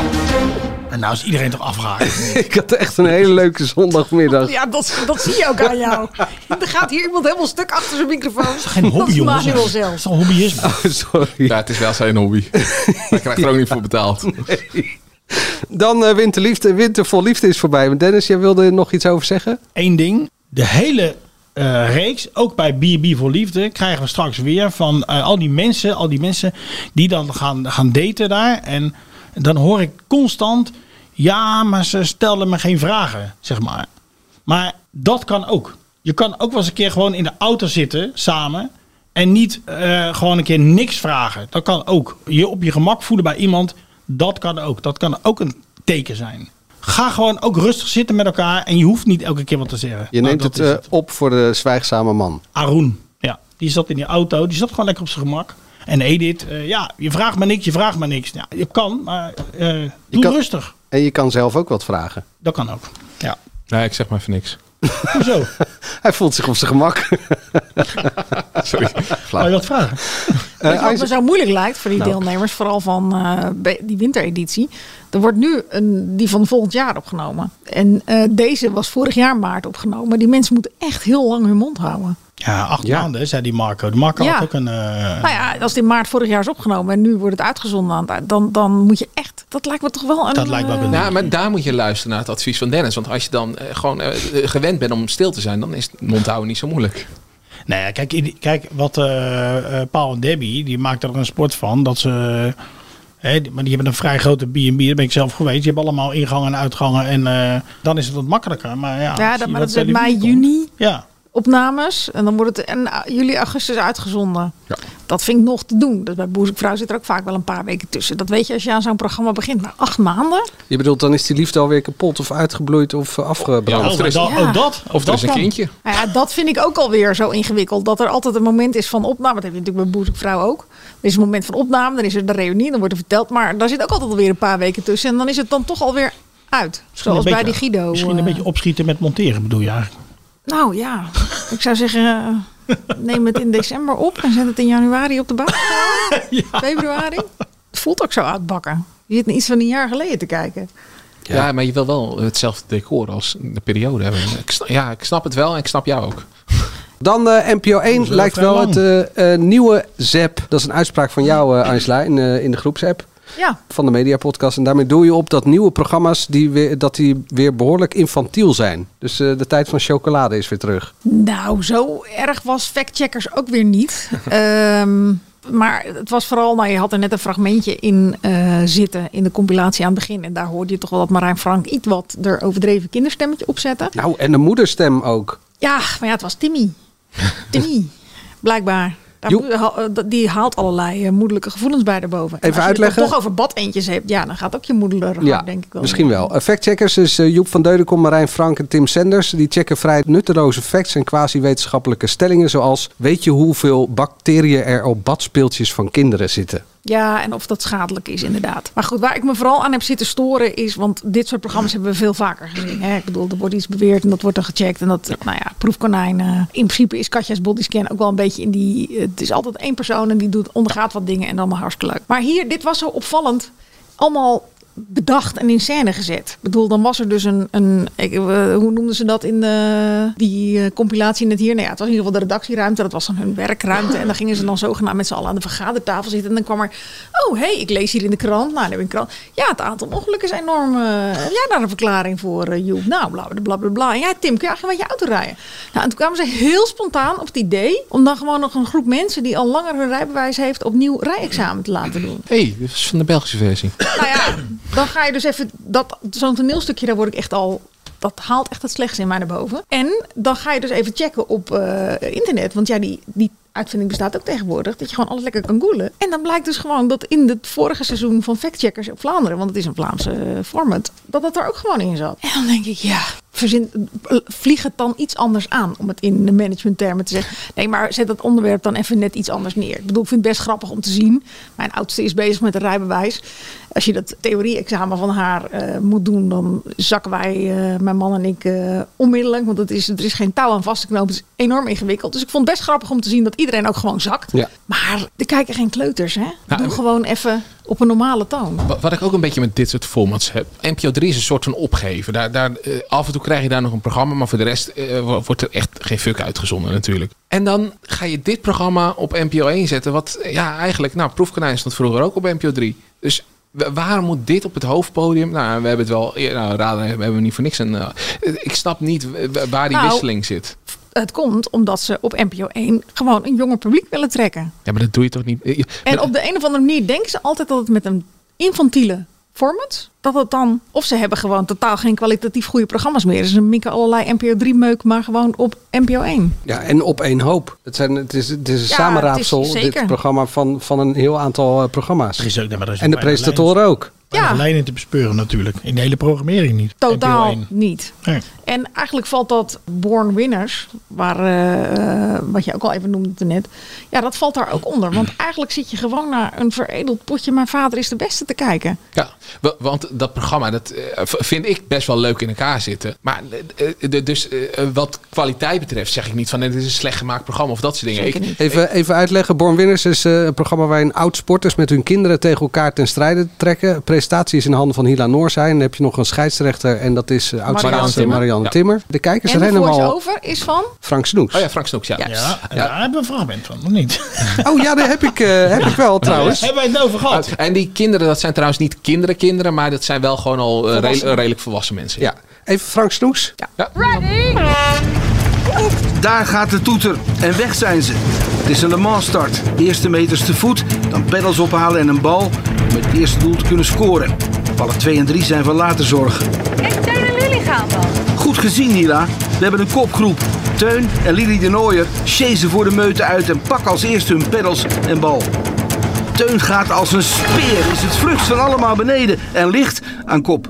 En nou is iedereen toch afgehaakt. Ik had echt een hele leuke zondagmiddag. Ja, dat, dat zie je ook aan jou. Er gaat hier iemand helemaal stuk achter zijn microfoon. Dat is geen hobby, jongens. Dat is zelf. Dat is een hobbyisme. Oh, sorry. Ja, het is wel zijn hobby. Hij krijgt er ook niet voor betaald. Nee. Dan uh, Winterliefde. Winter vol liefde is voorbij. Maar Dennis, jij wilde er nog iets over zeggen? Eén ding. De hele uh, reeks, ook bij B en B voor Liefde, krijgen we straks weer van uh, al die mensen, al die mensen die dan gaan, gaan daten daar. En dan hoor ik constant, ja, maar ze stelden me geen vragen, zeg maar. Maar dat kan ook. Je kan ook wel eens een keer gewoon in de auto zitten, samen, en niet uh, gewoon een keer niks vragen. Dat kan ook. Je op je gemak voelen bij iemand, dat kan ook. Dat kan ook een teken zijn. Ga gewoon ook rustig zitten met elkaar en je hoeft niet elke keer wat te zeggen. Je neemt het, uh, het op voor de zwijgzame man. Arun, ja. Die zat in die auto, die zat gewoon lekker op zijn gemak. En Edith, uh, ja, je vraagt maar niks, je vraagt maar niks. Ja, je kan, maar uh, doe kan, rustig. En je kan zelf ook wat vragen. Dat kan ook, ja. Nee, ik zeg maar even niks. Hoezo? Hij voelt zich op zijn gemak. Sorry. Wou je wat vragen? Weet je wat me zo moeilijk lijkt voor die nou. deelnemers, vooral van uh, die wintereditie? Er wordt nu een, die van volgend jaar opgenomen. En uh, deze was vorig jaar maart opgenomen. Die mensen moeten echt heel lang hun mond houden. Ja, acht ja. maanden, zei die Marco. De Marco ja. had ook een... Uh... Nou ja, als het in maart vorig jaar is opgenomen en nu wordt het uitgezonden, dan, dan moet je echt... Dat lijkt me toch wel een... Dat lijkt me uh... Ja, maar daar moet je luisteren naar het advies van Dennis. Want als je dan uh, gewoon uh, gewend bent om stil te zijn, dan is mond houden niet zo moeilijk. Nee, kijk, kijk wat uh, uh, Paul en Debbie, die maakten er een sport van. Dat ze... He, maar die hebben een vrij grote B en B, daar ben ik zelf geweest. Die hebben allemaal ingangen en uitgangen. En uh, dan is het wat makkelijker. Maar ja, ja dat, maar dat is in mei, juni. Ja. Opnames. En dan wordt het in juli, augustus uitgezonden. Ja. Dat vind ik nog te doen. Dus bij Boezekvrouw zit er ook vaak wel een paar weken tussen. Dat weet je als je aan zo'n programma begint. Maar acht maanden? Je bedoelt, dan is die liefde alweer kapot of uitgebloeid of afgebrand. Ja, of er is, ja. Ook dat. Of er is een kindje. Nou ja, dat vind ik ook alweer zo ingewikkeld. Dat er altijd een moment is van opname. Dat heb je natuurlijk bij Boezekvrouw ook. Er is een moment van opname. Dan is er de reunie. Dan wordt er verteld. Maar daar zit ook altijd alweer een paar weken tussen. En dan is het dan toch alweer uit. Misschien Zoals beetje, bij die Guido. Misschien een uh, beetje opschieten met monteren bedoel je eigenlijk? Nou ja, ik zou zeggen, uh, neem het in december op en zet het in januari op de baan. Ja. Februari. Het voelt ook zo uitbakken. Je zit iets van een jaar geleden te kijken. Ja, ja, maar je wil wel hetzelfde decor als de periode hebben. Ik snap, ja, ik snap het wel en ik snap jou ook. Dan uh, N P O één lijkt wel lang. het uh, uh, nieuwe Zep. Dat is een uitspraak van jou, uh, Angela, in, uh, in de groepsapp. Ja. Van de Media Podcast. En daarmee doe je op dat nieuwe programma's die weer, dat die weer behoorlijk infantiel zijn. Dus uh, de tijd van chocolade is weer terug. Nou, zo erg was Factcheckers ook weer niet. um, maar het was vooral, nou je had er net een fragmentje in uh, zitten in de compilatie aan het begin. En daar hoorde je toch wel dat Marijn Frank iets wat er overdreven kinderstemmetje opzette. Nou, en de moederstem ook. Ja, maar ja, het was Timmy. Timmy, blijkbaar. Daar, die haalt allerlei uh, moederlijke gevoelens bij erboven. Even als uitleggen. je het toch over badeentjes hebt, ja, dan gaat ook je moeder ja, denk ik wel. Misschien wel. Uh, Factcheckers is uh, Joep van Deudekom, Marijn Frank en Tim Senders. Die checken vrij nutteloze facts en quasi-wetenschappelijke stellingen. Zoals, weet je hoeveel bacteriën er op badspeeltjes van kinderen zitten? Ja, en of dat schadelijk is inderdaad. Maar goed, waar ik me vooral aan heb zitten storen is... want dit soort programma's hebben we veel vaker gezien. Hè? Ik bedoel, er wordt iets beweerd en dat wordt dan gecheckt. En dat, nou ja, proefkonijn. Uh, in principe is Katja's bodyscan ook wel een beetje in die... Het is altijd één persoon en die doet, ondergaat wat dingen en dan maar hartstikke leuk. Maar hier, dit was zo opvallend. Allemaal bedacht en in scène gezet. Ik bedoel, dan was er dus een... een ik, uh, hoe noemden ze dat in de, die uh, compilatie net hier? Nou ja, het was in ieder geval de redactieruimte. Dat was dan hun werkruimte. En dan gingen ze dan zogenaamd met z'n allen aan de vergadertafel zitten. En dan kwam er... Oh, hé, hey, ik lees hier in de krant. Nou, dan heb ik een krant. Ja, het aantal ongelukken is enorm. Uh, heb jij daar een verklaring voor, uh, Joep? Nou, bla, bla, bla, bla. En jij, Tim, kun je eigenlijk met je auto rijden? Nou, en toen kwamen ze heel spontaan op het idee... om dan gewoon nog een groep mensen... die al langer hun rijbewijs heeft... opnieuw rijexamen te laten doen. Hé, hey, dit is van de Belgische versie. Nou ja... Dan ga je dus even, dat, zo'n toneelstukje, daar word ik echt al dat haalt echt het slechtste in mij naar boven. En dan ga je dus even checken op uh, internet. Want ja, die, die uitvinding bestaat ook tegenwoordig. Dat je gewoon alles lekker kan googlen. En dan blijkt dus gewoon dat in het vorige seizoen van Factcheckers op Vlaanderen, want het is een Vlaamse uh, format, dat dat er ook gewoon in zat. En dan denk ik, ja, verzin, vlieg het dan iets anders aan, om het in de managementtermen te zeggen. Nee, maar zet dat onderwerp dan even net iets anders neer. Ik bedoel, ik vind het best grappig om te zien. Mijn oudste is bezig met een rijbewijs. Als je dat theorie-examen van haar uh, moet doen, dan zakken wij, uh, mijn man en ik, uh, onmiddellijk. Want het is, er is geen touw aan vast te knopen. Het is enorm ingewikkeld. Dus ik vond het best grappig om te zien dat iedereen ook gewoon zakt. Ja. Maar er kijken geen kleuters, hè? Nou, Doe gewoon even op een normale toon. Wat ik ook een beetje met dit soort formats heb. N P O drie is een soort van opgeven. Daar, daar, uh, af en toe krijg je daar nog een programma. Maar voor de rest uh, wordt er echt geen fuck uitgezonden natuurlijk. En dan ga je dit programma op N P O één zetten. Wat ja, eigenlijk, nou, Proefkonijn stond vroeger ook op N P O drie. Dus waarom moet dit op het hoofdpodium? Nou, we hebben het wel. Nou, raden hebben we niet voor niks. En, uh, ik snap niet waar die nou, wisseling zit. Het komt omdat ze op N P O één gewoon een jonger publiek willen trekken. Ja, maar dat doe je toch niet? En op de een of andere manier denken ze altijd dat het met een infantiele format, dat het dan, of ze hebben gewoon totaal geen kwalitatief goede programma's meer. Dus ze mikken allerlei N P O drie meuk, maar gewoon op N P O één. Ja, en op één hoop. Het, zijn, het is, het is een ja, samenraapsel, is dit programma van, van een heel aantal uh, programma's. Er is ook, nee, maar er is en de presentatoren ook. Ja. Lijn in te bespeuren natuurlijk. In de hele programmering niet. Totaal niet. Nee. En eigenlijk valt dat Born Winners, waar, uh, wat je ook al even noemde net, ja, dat valt daar ook onder. Want eigenlijk zit je gewoon naar een veredeld potje Mijn Vader is de Beste te kijken. Ja, want dat programma, dat vind ik best wel leuk in elkaar zitten. Maar dus wat kwaliteit betreft zeg ik niet van dit is een slecht gemaakt programma of dat soort dingen. Ik, even, even uitleggen. Born Winners is een programma waarin oud-sporters met hun kinderen tegen elkaar ten strijde trekken. Presentatie is in handen van Hila Noorzijn. Dan heb je nog een scheidsrechter en dat is uh, oud-sportster Marianne ja. Timmer. De kijkers zijn helemaal. En de voice-over is van? Frank Snoeks. Oh ja, Frank Snoeks, ja. Ja, ja, en ja. daar hebben we een fragment van, nog niet? Oh ja, daar heb ik, uh, heb ik wel trouwens. Ja, hebben wij het over gehad? En die kinderen, dat zijn trouwens niet kinderen kinderen, maar dat zijn wel gewoon al uh, redelijk, redelijk volwassen mensen. Ja. Even Frank Snoeks. Ja. ja. Ready? Daar gaat de toeter en weg zijn ze. Het is een Le Mans start. Eerste meters te voet, dan pedals ophalen en een bal om het eerste doel te kunnen scoren. Ballen twee en drie zijn van later zorgen. En Teun en Lily gaan dan. Goed gezien, Hila. We hebben een kopgroep. Teun en Lily de Nooier chasen voor de meute uit en pakken als eerste hun pedals en bal. Teun gaat als een speer, is het vlugst van allemaal beneden en ligt aan kop.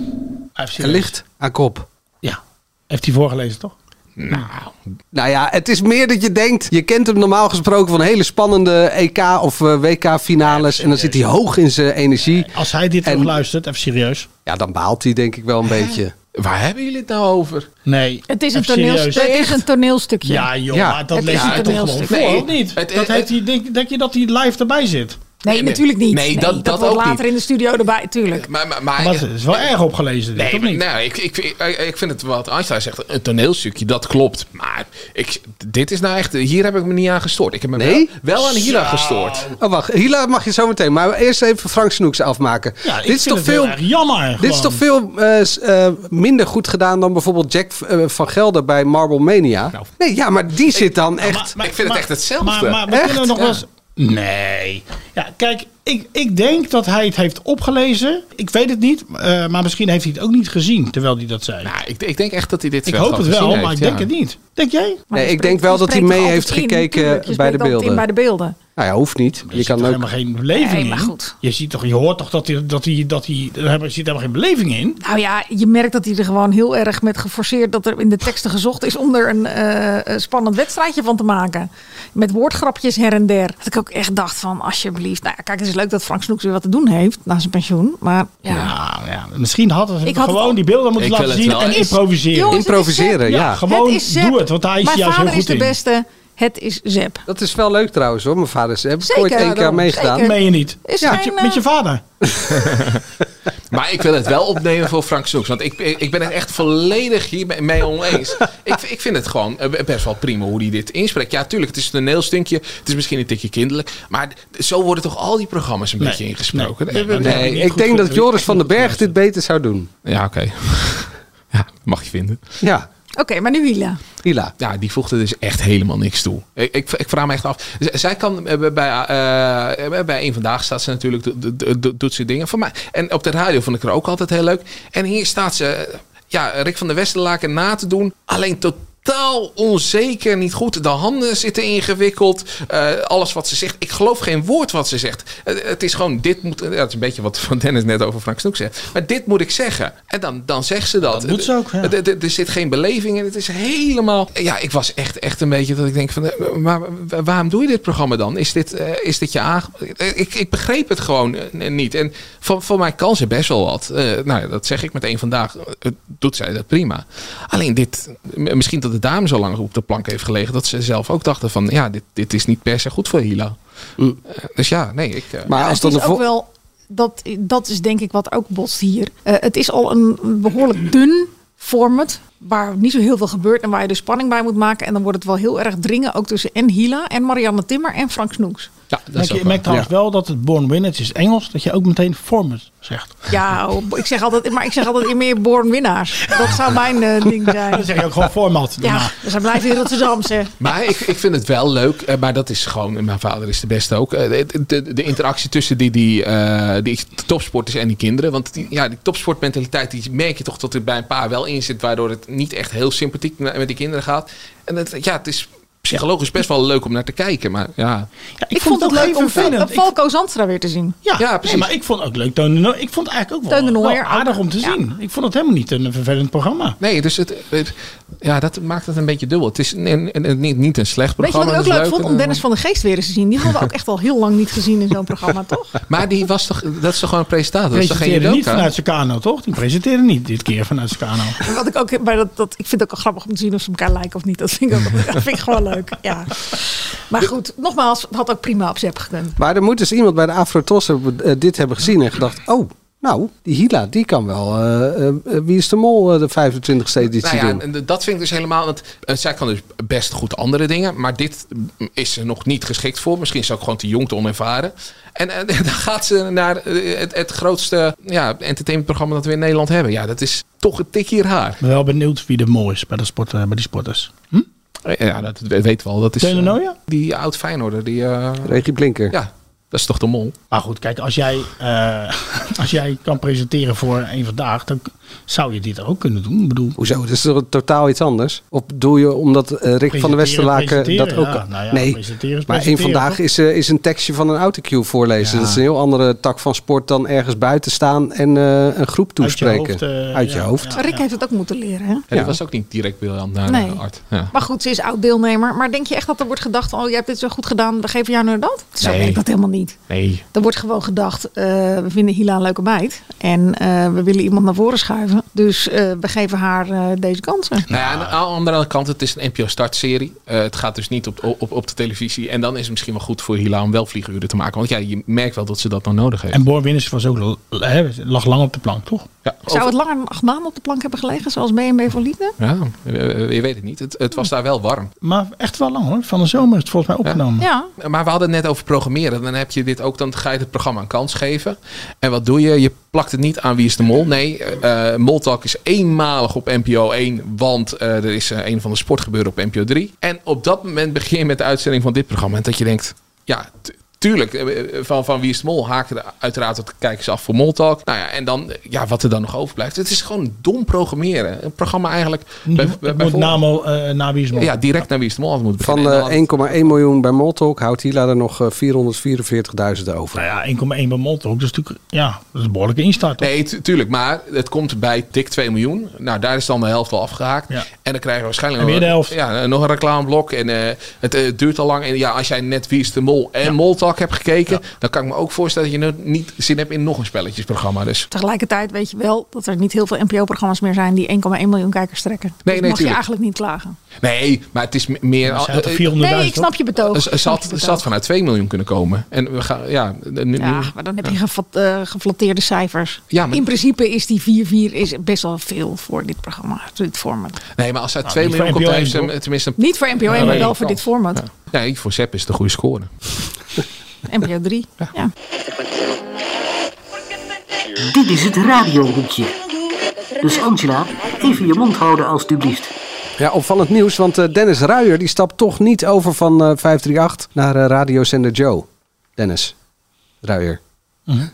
En ligt aan kop. Ja, heeft hij voorgelezen toch? Nou, nou ja, het is meer dat je denkt, je kent hem normaal gesproken van hele spannende E K of uh, W K-finales. Ja, en dan zit hij hoog in zijn energie. Als hij dit en, luistert, even serieus. Ja, dan baalt hij denk ik wel een beetje. Waar hebben jullie het nou over? Nee. Het is een, toneels, het is een toneelstukje. Ja joh, ja. maar dat lees je toch gewoon voor, nee, of niet? Het, dat het, heeft hij, denk, denk je dat hij live erbij zit? Nee, nee, natuurlijk niet. Nee, dat, nee, dat, dat ook later niet. in de studio erbij, tuurlijk. Maar, maar, maar, maar het is wel erg opgelezen, dit, nee, toch niet? Nee, ik, ik, ik, ik vind het wat Einstein zegt, een toneelstukje, dat klopt. Maar ik, dit is nou echt, hier heb ik me niet aan gestoord. Ik heb me nee? wel, wel aan Hila ja. gestoord. Oh, wacht. Hila mag je zo meteen. Maar eerst even Frank Snoeks afmaken. Ja, dit is toch veel, jammer. Dit gewoon. is toch veel uh, uh, minder goed gedaan dan bijvoorbeeld Jack uh, van Gelder bij Marble Mania. Nou, nee, ja, maar die ik, zit dan echt... Maar, maar, ik vind maar, het echt hetzelfde. Maar, maar we echt? kunnen nog ja. wel eens... Nee. Ja, kijk, ik, ik denk dat hij het heeft opgelezen. Ik weet het niet, uh, maar misschien heeft hij het ook niet gezien terwijl hij dat zei. Nou, ik, ik denk echt dat hij dit ik wel hoop het wel, heeft, maar ik ja. denk het niet. Denk jij? Nee, ik denk wel dat hij mee heeft gekeken in, bij de beelden. bij de beelden. Nou ja, hoeft niet. Je, je kan ook helemaal geen beleving nee, in. Maar goed. Je ziet toch, je hoort toch dat hij, dat hij, dat hij, er zit helemaal geen beleving in. Nou ja, je merkt dat hij er gewoon heel erg met geforceerd dat er in de teksten gezocht is om er een uh, spannend wedstrijdje van te maken. Met woordgrapjes her en der. Dat ik ook echt dacht van, alsjeblieft. Nou ja, kijk, het is leuk dat Frank Snoeks weer wat te doen heeft na zijn pensioen. Maar ja. Ja, ja misschien hadden ze ik gewoon had die beelden moeten laten zien en improviseren. Jongens, improviseren, ja. ja. Gewoon het doe het, want hij is Mijn juist heel goed in. Mijn vader is de beste. Het is Zep. Dat is wel leuk trouwens hoor. Mijn vader is heb ik ooit één keer ja, meegedaan. Meen je niet? Is ja. geen, met, je, met je vader. Maar ik wil het wel opnemen voor Frank Snoeks. Want ik, ik ben het echt volledig hiermee oneens. ik, ik vind het gewoon best wel prima hoe hij dit inspreekt. Ja, tuurlijk, het is een toneelstuntje. Het is misschien een tikje kinderlijk. Maar zo worden toch al die programma's een nee, beetje ingesproken? Nee, nee, nee, nee ik denk dat Joris van den Berg dit beter zou doen. Ja, oké. Okay. Ja, mag je vinden. Ja. Oké, okay, maar nu Hila. Hila. Ja, die voegde dus echt helemaal niks toe. Ik, ik, ik vraag me echt af. Z- zij kan bij, uh, bij Eén Vandaag staat ze natuurlijk, do, do, do, doet ze dingen van mij. En op de radio vond ik er ook altijd heel leuk. En hier staat ze ja, Rick van der Westerlaken na te doen. Alleen totaal onzeker, niet goed. De handen zitten ingewikkeld. Uh, alles wat ze zegt. Ik geloof geen woord wat ze zegt. Uh, het is gewoon, dit moet... Ja, dat is een beetje wat Van Dennis net over Frank Snoek zegt. Maar dit moet ik zeggen. En dan, dan zegt ze dat. Dat moet ze ook, ja. Er, er, er zit geen beleving in. Het is helemaal... Ja, ik was echt, echt een beetje dat ik denk van... Maar waarom doe je dit programma dan? Is dit, uh, is dit je aange... Ik, ik begreep het gewoon uh, niet. En van, van mij kan ze best wel wat. Uh, nou, dat zeg ik meteen vandaag. Uh, doet zij dat prima. Alleen dit... Misschien dat de dame zo lang op de plank heeft gelegen... dat ze zelf ook dachten van... ja, dit, dit is niet per se goed voor Hila. Mm. Uh, dus ja, nee. Ik, uh, maar als het is ook wel... Dat, dat is denk ik wat ook botst hier. Uh, het is al een behoorlijk dun format... waar niet zo heel veel gebeurt... en waar je dus spanning bij moet maken. En dan wordt het wel heel erg dringen... ook tussen en Hila en Marianne Timmer en Frank Snoeks. Ja, dat is je merkt trouwens ja. wel dat het Born Winner, het is Engels, dat je ook meteen format zegt. Ja, ik zeg altijd, maar ik zeg altijd meer Born Winnaars. Dat zou mijn uh, ding zijn. Dan zeg je ook gewoon format. Ja, dus dan blijft in Rotterdamse. Maar ik, ik vind het wel leuk, maar dat is gewoon, mijn vader is de beste ook. De, de, de interactie tussen die, die, uh, die topsporters en die kinderen. Want die, ja, die topsportmentaliteit, die merk je toch dat er bij een paar wel in zit, waardoor het niet echt heel sympathiek met die kinderen gaat. En het, ja, het is psychologisch best wel leuk om naar te kijken, maar ja. ja ik, ik vond het leuk om Valko Zandstra weer te zien. Ja, ja precies. Nee, maar ik vond het ook leuk. Teun de Nooijer. Ik vond het eigenlijk ook wel, wel aardig om te ja. zien. Ik vond het helemaal niet een vervelend programma. Nee, dus het, het ja, dat maakt het een beetje dubbel. Het is een, een, niet, niet een slecht programma. Weet je wat ik ook leuk vond? Om Dennis van der Geest weer eens te zien. Die hadden we ook echt al heel lang niet gezien in zo'n programma, toch? Maar die was toch, dat is toch gewoon een presentator? Die presenteerde niet vanuit Sukarno, toch? Die presenteerde niet dit keer vanuit Sukarno. Wat ik ook bij dat, dat, ik vind het ook wel grappig om te zien of ze elkaar lijken of niet. Dat vind ik ook dat vind ik gewoon leuk. Ja. Maar goed, nogmaals, het had ook prima op Zep gekund. Maar er moet dus iemand bij de Afro-Tros uh, dit hebben gezien en gedacht... oh, nou, die Hila, die kan wel... Uh, uh, Wie is de Mol uh, de vijfentwintigste editie nou ja, doen. En dat vind ik dus helemaal... Want, uh, zij kan dus best goed andere dingen... maar dit is ze nog niet geschikt voor. Misschien is ze ook gewoon te jong te onervaren. En, en dan gaat ze naar het, het grootste ja, entertainmentprogramma dat we in Nederland hebben. Ja, dat is toch een tikje haar. Ik ben wel benieuwd wie de Mol is bij, de sport, uh, bij die sporters. Hm? Ja, dat weten we al. Dat is Teun de Nooijer? Uh, die oud Feyenoorder. Die, uh, Regie Blinker. Ja, dat is toch de Mol. Maar goed, kijk, als jij, uh, als jij kan presenteren voor Eén Vandaag, dan zou je dit ook kunnen doen. Ik bedoel, hoezo? Dat is toch totaal iets anders? Of doe je omdat uh, Rick van der Westerlaken dat ook... Ja, nou ja, nee, presenteren, maar Eén Vandaag is, uh, is een tekstje van een autocue voorlezen. Ja. Dat is een heel andere tak van sport dan ergens buiten staan en uh, een groep toespreken. Uit je hoofd. Uh, Uit je ja, hoofd. Ja, Rick ja. heeft het ook moeten leren, hè? Ja, die ja. was ook niet direct briljant naar nee. Art. Ja. Maar goed, ze is oud-deelnemer. Maar denk je echt dat er wordt gedacht, oh, je hebt dit zo goed gedaan, we geven jou nu dat? Zo nee. werkt dat helemaal niet. Nee. Er wordt gewoon gedacht, uh, we vinden Hila een leuke meid. En uh, we willen iemand naar voren schuiven. Dus uh, we geven haar uh, deze kansen. Nou ja, aan de andere kant, het is een N P O startserie. Uh, het gaat dus niet op, op, op de televisie. En dan is het misschien wel goed voor Hila om wel vlieguren te maken. Want ja, je merkt wel dat ze dat nog nodig heeft. En Born Winners was ook, lag lang op de plank, toch? Ja, Zou het langer dan acht maanden op de plank hebben gelegen, zoals B en B voor Liefde? Ja, je weet het niet. Het, het was daar wel warm. Maar echt wel lang hoor. Van de zomer is het volgens mij opgenomen. Ja. Ja. Maar we hadden het net over programmeren. Dan heb je dit ook, dan ga je het programma een kans geven. En wat doe je? Je plakt het niet aan Wie is de Mol. Nee, uh, Moltalk is eenmalig op N P O één. Want uh, er is uh, een van de sportgebeuren op N P O drie. En op dat moment begin je met de uitzending van dit programma. En dat je denkt, ja... T- Tuurlijk, van, van Wie is de Mol haken er uiteraard wat kijkers af voor Moltalk. Nou ja, en dan, ja, wat er dan nog overblijft. Het is gewoon dom programmeren. Een programma eigenlijk... Bij, bij, moet namo, uh, naar Wie is de Mol. Ja, direct naar Wie is de Mol had moeten beginnen. Van uh, één komma één miljoen bij Moltalk houdt Hila er nog uh, vierhonderdvierenveertigduizend over. Nou ja, één komma één bij Moltalk. Dat is natuurlijk ja, dat is een behoorlijke instart. Nee, tu- tuurlijk. Maar het komt bij dik twee miljoen. Nou, daar is dan de helft al afgehaakt. Ja. En dan krijgen we waarschijnlijk en weer nog, de helft. Ja, nog een reclameblok. En uh, het uh, duurt al lang. En ja, als jij net Wie is de Mol en ja. Moltalk hebt gekeken... Ja. Dan kan ik me ook voorstellen dat je nu niet zin hebt in nog een spelletjesprogramma. Dus. Tegelijkertijd weet je wel dat er niet heel veel N P O-programma's meer zijn die één komma één miljoen kijkers trekken. Dus nee, nee, mag tuurlijk. Je eigenlijk niet klagen. Nee, maar het is meer... Uh, nee, ik snap je betoog. Het zat, zat vanuit twee miljoen kunnen komen. En we gaan, ja, nu, ja, maar dan heb je gevat, uh, geflatteerde cijfers. Ja, maar, in principe is die vier vier is best wel veel voor dit programma, dit format. Nee, maar als uit nou, twee miljoen komt, heeft ze tenminste... Niet voor N P O één, ja, maar wel voor dit format. Ja, ja voor Sepp is het een goede score. N P O drie, ja. ja. Dit is het radiohoekje. Dus Angela, even je mond houden alstublieft. Ja, opvallend nieuws, want uh, Dennis Ruijer die stapt toch niet over van uh, vijf drie acht naar uh, radiozender Joe. Dennis Ruijer. Mm-hmm.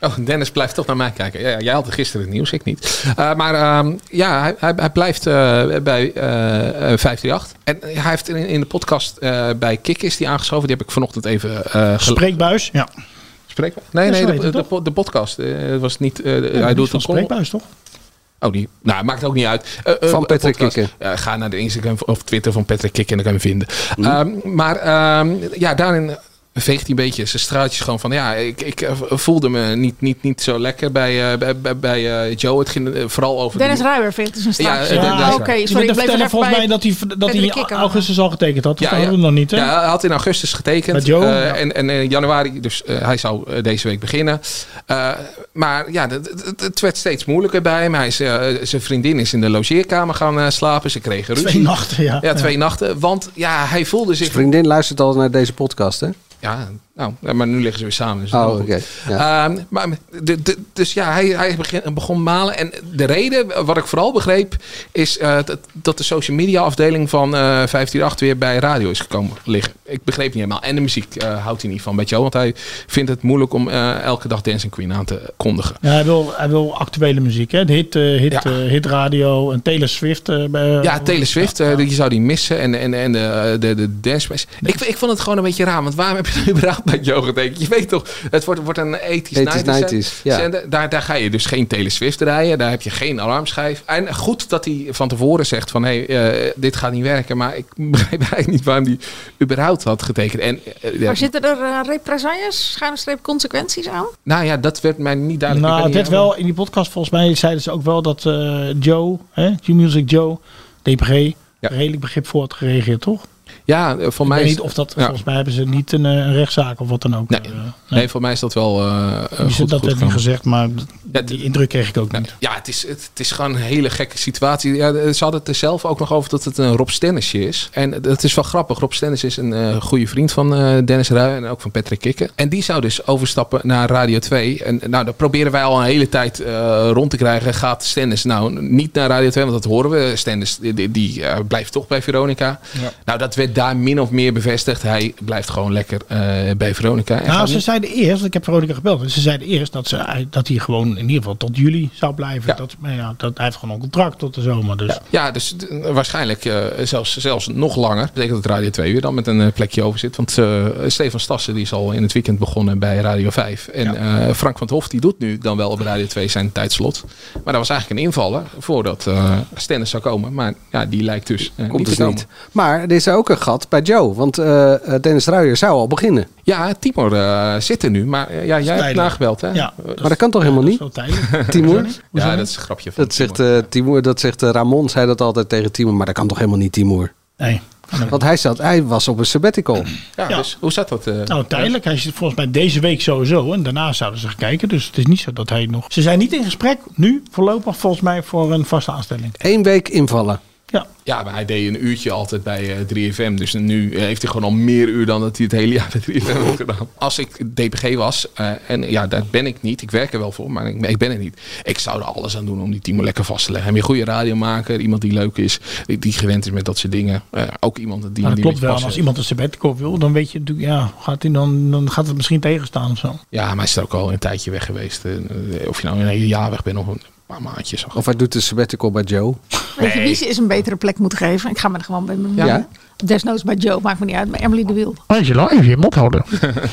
Oh, Dennis blijft toch naar mij kijken. Ja, ja, jij had gisteren het nieuws, ik niet. Uh, maar uh, ja, hij, hij, hij blijft uh, bij uh, vijf drie acht. En hij heeft in, in de podcast uh, bij Kik is die aangeschoven. Die heb ik vanochtend even... Uh, Spreekbuis, ja. Spreekbuis? Nee, ja, nee, de, de, de, de podcast. Uh, was niet, uh, ja, hij doet een Spreekbuis, toch? Oh, die. Nou, maakt ook niet uit. Uh, uh, van Patrick Kikken. Uh, ga naar de Instagram of Twitter van Patrick Kikken en dan kan je hem vinden. Mm. Um, maar um, ja, daarin... veegt hij een beetje zijn straatjes gewoon van ja, ik, ik voelde me niet, niet, niet zo lekker bij, uh, bij, bij uh, Joe. Het ging uh, vooral over... Dennis die... Ruijer veegt dus een straatje. Ja, Ja, ja, oké. Okay, sorry, ik bleef er volgens mij dat hij, dat hij in augustus al getekend had. Dat ja, hadden we nog niet, hè? Ja, hij had in augustus getekend. Met Joe, uh, ja. En, en in januari, dus uh, hij zou uh, deze week beginnen. Uh, maar ja, het, het werd steeds moeilijker bij hem. Hij is, uh, zijn vriendin is in de logeerkamer gaan uh, slapen. Ze kregen ruzie. Twee nachten, ja. Ja, twee ja. nachten. Want ja, hij voelde zich... Zijn vriendin luistert al naar deze podcast, hè? Ja, nou, maar nu liggen ze weer samen. Dus oh, oké. Okay. Ja. Uh, maar de, de, dus ja, hij, hij begin, begon malen. En de reden, wat ik vooral begreep, is uh, dat, dat de social media afdeling van uh, vijf drie acht weer bij radio is gekomen liggen. Ik begreep niet helemaal. En de muziek uh, houdt hij niet van bij Joe, want hij vindt het moeilijk om uh, elke dag Dancing Queen aan te kondigen. Ja, hij wil, hij wil actuele muziek, hè? De hit, uh, hit, ja. uh, hit radio en Taylor Swift. Uh, bij, ja, Taylor Swift, ja, uh, die zou die missen. En, en, en de, de, de dance space. Ik, ik vond het gewoon een beetje raar, want waarom heb je überhaupt bij Joe getekend? Je weet toch, het wordt, wordt een ethisch nineties ja. zender. Daar, daar ga je dus geen Taylor Swift rijden. Daar heb je geen alarmschijf. En goed dat hij van tevoren zegt van... hé, hey, uh, dit gaat niet werken. Maar ik begrijp eigenlijk niet waarom hij überhaupt had getekend. En, uh, maar ja, zitten er uh, represailles, schuine streep consequenties aan? Nou ja, dat werd mij niet duidelijk. Nou, het werd wel in die podcast volgens mij zeiden ze ook wel dat uh, Joe, hè, Q-Music Joe, D P G, ja. redelijk begripvol had gereageerd, toch? Ja, voor mij ik weet is niet of dat, ja. volgens mij hebben ze niet een, een rechtszaak of wat dan ook. Nee, uh, nee. nee voor mij is dat wel uh, goed. goed, Dat goed heb ik gezegd, maar ja, die indruk kreeg ik ook nou, niet. Ja, het is, het, het is gewoon een hele gekke situatie. Ja, ze hadden het er zelf ook nog over dat het een Rob Stennisje is. En dat is wel grappig. Rob Stennis is een uh, goede vriend van uh, Dennis Ruijer en ook van Patrick Kikken. En die zou dus overstappen naar Radio twee. En nou, dat proberen wij al een hele tijd uh, rond te krijgen. Gaat Stennis nou niet naar Radio twee? Want dat horen we. Stennis die, die, die uh, blijft toch bij Veronica. Ja. Nou, dat werd daar min of meer bevestigd. Hij blijft gewoon lekker uh, bij Veronica. Nou, ze niet... zeiden eerst, ik heb Veronica gebeld, ze zeiden eerst dat, ze, dat hij gewoon in ieder geval tot juli zou blijven. Ja. Dat, maar ja, dat, hij heeft gewoon een contract tot de zomer. Dus. Ja, ja, dus d- waarschijnlijk uh, zelfs, zelfs nog langer. Dat betekent dat Radio twee weer dan met een uh, plekje over zit. Want uh, Stefan Stassen die is al in het weekend begonnen bij Radio vijf. En ja. uh, Frank van 't Hof die doet nu dan wel op Radio twee zijn tijdslot. Maar dat was eigenlijk een invaller voordat uh, Stennis zou komen. Maar ja, die lijkt dus uh, Komt niet dus te komen. Niet. Maar er is ook een gat bij Joe. Want uh, Dennis Ruijer zou al beginnen. Ja, Timur uh, zit er nu. Maar uh, ja, jij hebt nagebeld, hè? Ja, dat maar dat kan toch helemaal niet? Timur? Ja, dat is een grapje van dat zegt, uh, Timur. Dat zegt uh, Ramon, zei dat altijd tegen Timur. Maar dat kan toch helemaal niet, Timur? Nee. Want hij, zat, hij was op een sabbatical. Ja, ja. Dus hoe zat dat? Uh, nou, tijdelijk. Hij zit volgens mij deze week sowieso. En daarna zouden ze gaan kijken. Dus het is niet zo dat hij nog... Ze zijn niet in gesprek nu voorlopig volgens mij voor een vaste aanstelling. Eén week invallen. Ja. Ja, maar hij deed een uurtje altijd bij uh, drie F M. Dus nu heeft hij gewoon al meer uur dan dat hij het hele jaar bij drie F M heeft gedaan. Als ik D P G was, uh, en ja, daar ben ik niet. Ik werk er wel voor, maar ik, ik ben er niet. Ik zou er alles aan doen om die Timo lekker vast te leggen. Hem een goede radiomaker, iemand die leuk is, die, die gewend is met dat soort dingen. Uh, ook iemand die... Maar dat die klopt wel. En als iemand een sabbatical wil, dan weet je natuurlijk, ja, gaat hij dan, dan gaat het misschien tegenstaan of zo. Ja, maar hij is er ook al een tijdje weg geweest. Uh, of je nou een hele jaar weg bent of een paar maandjes. Of hij doet de sabbatical bij Joe. Weet je wie ze eens een betere plek moeten geven? Ik ga me er gewoon bij mijn ja. Desnoods bij Joe, maakt me niet uit. Maar Emily de Wilde. Angela, even je mond houden.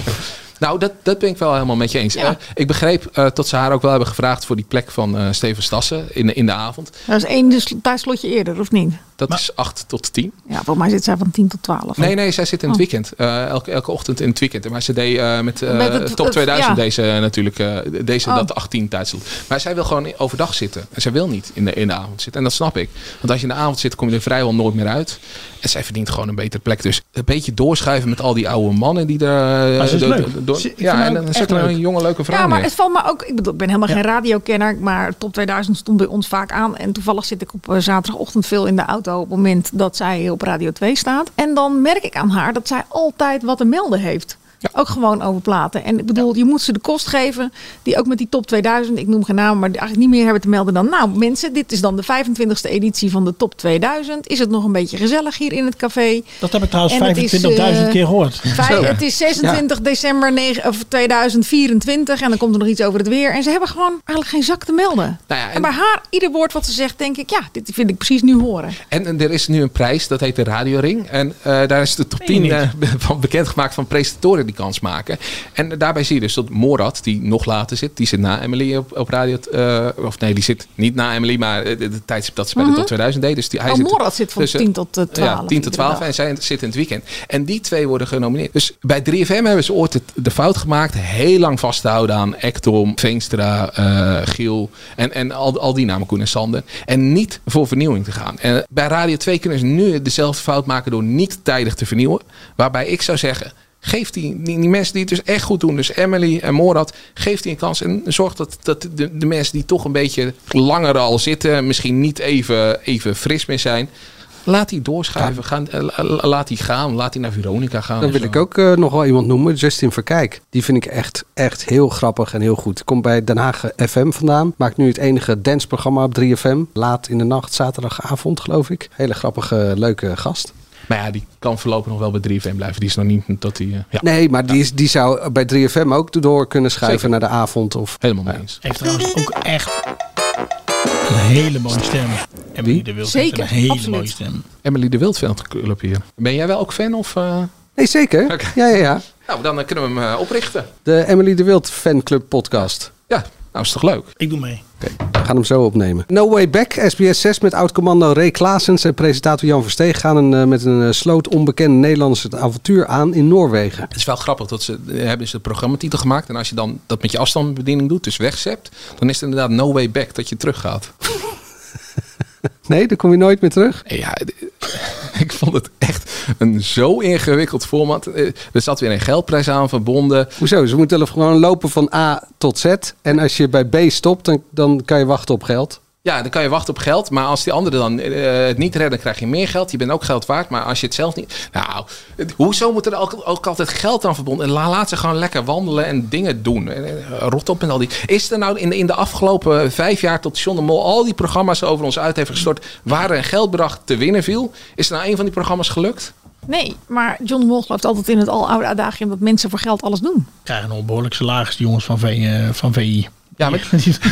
Nou, dat, dat ben ik wel helemaal met je eens. Ja. Uh, ik begreep uh, dat ze haar ook wel hebben gevraagd voor die plek van uh, Steven Stassen in, in de avond. Dat is één dus tijdslotje eerder, of niet? Dat maar, is acht tot tien. Ja, volgens mij zit zij van tien tot twaalf. Nee, nee, zij zit in het weekend. Uh, elke, elke ochtend in het weekend. Maar ze deed uh, met, uh, met het, top tweeduizend ja. deze uh, natuurlijk, uh, deze oh. dat achttien tijdslot. Maar zij wil gewoon overdag zitten. En zij wil niet in de, in de avond zitten. En dat snap ik. Want als je in de avond zit, kom je er vrijwel nooit meer uit. En zij verdient gewoon een betere plek. Dus een beetje doorschuiven met al die oude mannen die er... Uh, dat is do, leuk. Do, do, ja, en dan zit er een jonge leuke vrouw Ja, maar neer. het valt me ook... Ik bedoel, ik ben helemaal ja. geen radiokenner. Maar top tweeduizend stond bij ons vaak aan. En toevallig zit ik op uh, zaterdagochtend veel in de auto op het moment dat zij op Radio twee staat. En dan merk ik aan haar dat zij altijd wat te melden heeft. Ja. Ook gewoon over platen. En ik bedoel, je moet ze de kost geven. Die ook met die top tweeduizend, ik noem geen naam, maar die eigenlijk niet meer hebben te melden dan. Nou mensen, dit is dan de vijfentwintigste editie van de top tweeduizend. Is het nog een beetje gezellig hier in het café? Dat heb ik trouwens En het is, vijfentwintigduizend uh, keer gehoord. Vijf, het is zesentwintig Ja. december negen, of tweeduizend vierentwintig. En dan komt er nog iets over het weer. En ze hebben gewoon eigenlijk geen zak te melden. Nou ja, en, en bij haar, ieder woord wat ze zegt, denk ik, ja, dit vind ik precies nu horen. En, en er is nu een prijs, dat heet de Radioring. En uh, daar is de top tien uh, van bekendgemaakt van presentatoren die kans maken. En daarbij zie je dus dat Morad, die nog later zit, die zit na Emily op, op radio. Uh, of nee, die zit niet na Emily, maar de, de tijdstip dat ze bij de Mhm. top tweeduizend deed. Dus die, hij Oh, zit Morad zit van tussen- tien tot twaalf. Ja, tien tot twaalf en zij zit in het weekend. En die twee worden genomineerd. Dus bij drie F M hebben ze ooit het, de fout gemaakt heel lang vast te houden aan Ektom, Veenstra, uh, Giel en, en al, al die namen, Koen en Sander. En niet voor vernieuwing te gaan. En bij Radio twee kunnen ze nu dezelfde fout maken door niet tijdig te vernieuwen. Waarbij ik zou zeggen, geef die, die, die mensen die het dus echt goed doen, dus Emily en Morad, geef die een kans. En zorg dat, dat de, de mensen die toch een beetje langer al zitten, misschien niet even, even fris meer zijn, laat die doorschuiven. Gaan, uh, laat die gaan. Laat die naar Veronica gaan. Dan wil ik ook uh, nog wel iemand noemen. Justin Verkijk. Die vind ik echt, echt heel grappig en heel goed. Komt bij Den Haag F M vandaan. Maakt nu het enige danceprogramma op drie F M. Laat in de nacht, zaterdagavond geloof ik. Hele grappige, leuke gast. Maar ja, die kan voorlopig nog wel bij drie F M blijven. Die is nog niet tot die... Uh, ja. Nee, maar die, is, die zou bij drie F M ook door kunnen schuiven Zeker. naar de avond. Of, Helemaal mee eens. Heeft trouwens ook echt een hele mooie stem. Emily de Wild heeft Zeker, een hele absoluut. mooie stem. Emily de Wild fanclub hier. Ben jij wel ook fan? Of, uh... Nee, zeker. Okay. Ja, ja, ja. Nou, dan uh, kunnen we hem uh, oprichten. De Emily de Wild fanclub podcast. Ja, nou is toch leuk? Ik doe mee. Okay. We gaan hem zo opnemen. No Way Back, S B S zes met oud-commando Ray Klaasens en presentator Jan Versteeg gaan een, uh, met een uh, sloot onbekende Nederlanders het avontuur aan in Noorwegen. Het is wel grappig dat ze hebben dus de programmatitel gemaakt. En als je dan dat met je afstandsbediening doet, dus wegzept, dan is het inderdaad No Way Back dat je teruggaat. Nee, daar kom je nooit meer terug? Ja, ik vond het echt een zo ingewikkeld format. Er zat weer een geldprijs aan verbonden. Hoezo? Ze moeten gewoon lopen van A tot Z. En als je bij B stopt, dan, dan kan je wachten op geld. Ja, dan kan je wachten op geld. Maar als die anderen dan uh, het niet redden, dan krijg je meer geld. Je bent ook geld waard. Maar als je het zelf niet... Nou, hoezo moet er ook, ook altijd geld aan verbonden? En laat ze gewoon lekker wandelen en dingen doen. Rot op en al die... Is er nou in de, in de afgelopen vijf jaar tot John de Mol al die programma's over ons uit heeft gestort waar een geldbedrag te winnen viel? Is er nou een van die programma's gelukt? Nee, maar John de Mol gelooft altijd in het aloude adagium dat mensen voor geld alles doen. Krijgen nog een behoorlijk salaris, die jongens van, v, uh, van V I. Ja, maar,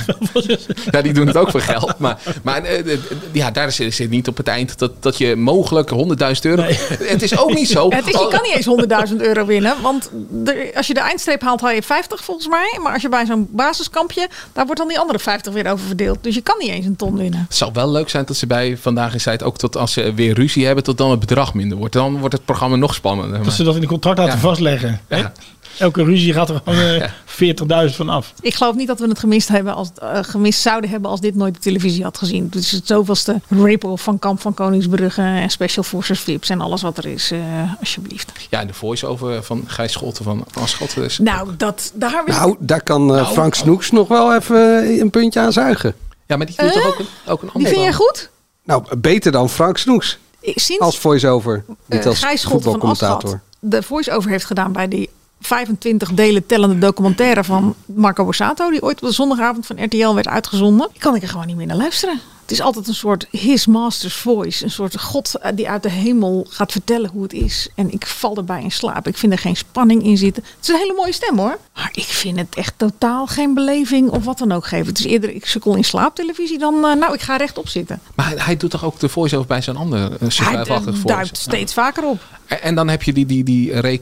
ja, die doen het ook voor geld. Maar, maar uh, ja, daar zit het niet op het eind dat, dat je mogelijk honderdduizend euro... Nee. Het is ook niet zo... Het is, je kan niet eens honderdduizend euro winnen. Want de, als je de eindstreep haalt, haal je vijftig volgens mij. Maar als je bij zo'n basiskampje, daar wordt dan die andere vijftig weer over verdeeld. Dus je kan niet eens een ton winnen. Het zou wel leuk zijn dat ze bij Vandaag in Zuid ook tot als ze weer ruzie hebben, tot dan het bedrag minder wordt. Dan wordt het programma nog spannender. Dat ze dat in de contract laten ja. vastleggen. Ja. Elke ruzie gaat er gewoon uh, ja. veertigduizend van af. Ik geloof niet dat we het gemist, hebben als, uh, gemist zouden hebben als dit nooit de televisie had gezien. Het is het zoveelste ripple van Kamp van Koningsbrugge en Special Forces V I Ps en alles wat er is, uh, alsjeblieft. Ja, de voice-over van Gijs Scholten van Aschotten. Dus... Nou, dat, daar, nou, daar kan uh, nou, Frank Snoeks oh. nog wel even een puntje aan zuigen. Ja, maar die doet uh, toch ook een, ook een ander. Die vind jij goed? Nou, beter dan Frank Snoeks. Sinds, als voice-over, niet uh, als Gijs Scholten van Aschat de voice-over heeft gedaan bij die vijfentwintig delen tellende documentaire van Marco Borsato, die ooit op de zondagavond van R T L werd uitgezonden. Kan ik er gewoon niet meer naar luisteren. Het is altijd een soort his master's voice. Een soort god die uit de hemel gaat vertellen hoe het is. En ik val erbij in slaap. Ik vind er geen spanning in zitten. Het is een hele mooie stem hoor. Maar ik vind het echt totaal geen beleving of wat dan ook geven. Het is eerder ik sukkel in slaaptelevisie dan uh, nou ik ga rechtop zitten. Maar hij, hij doet toch ook de voice-over bij zo'n ander uh, survival-achtig voice? Hij duikt steeds ja. vaker op. En, en dan heb je die, die, die Ray...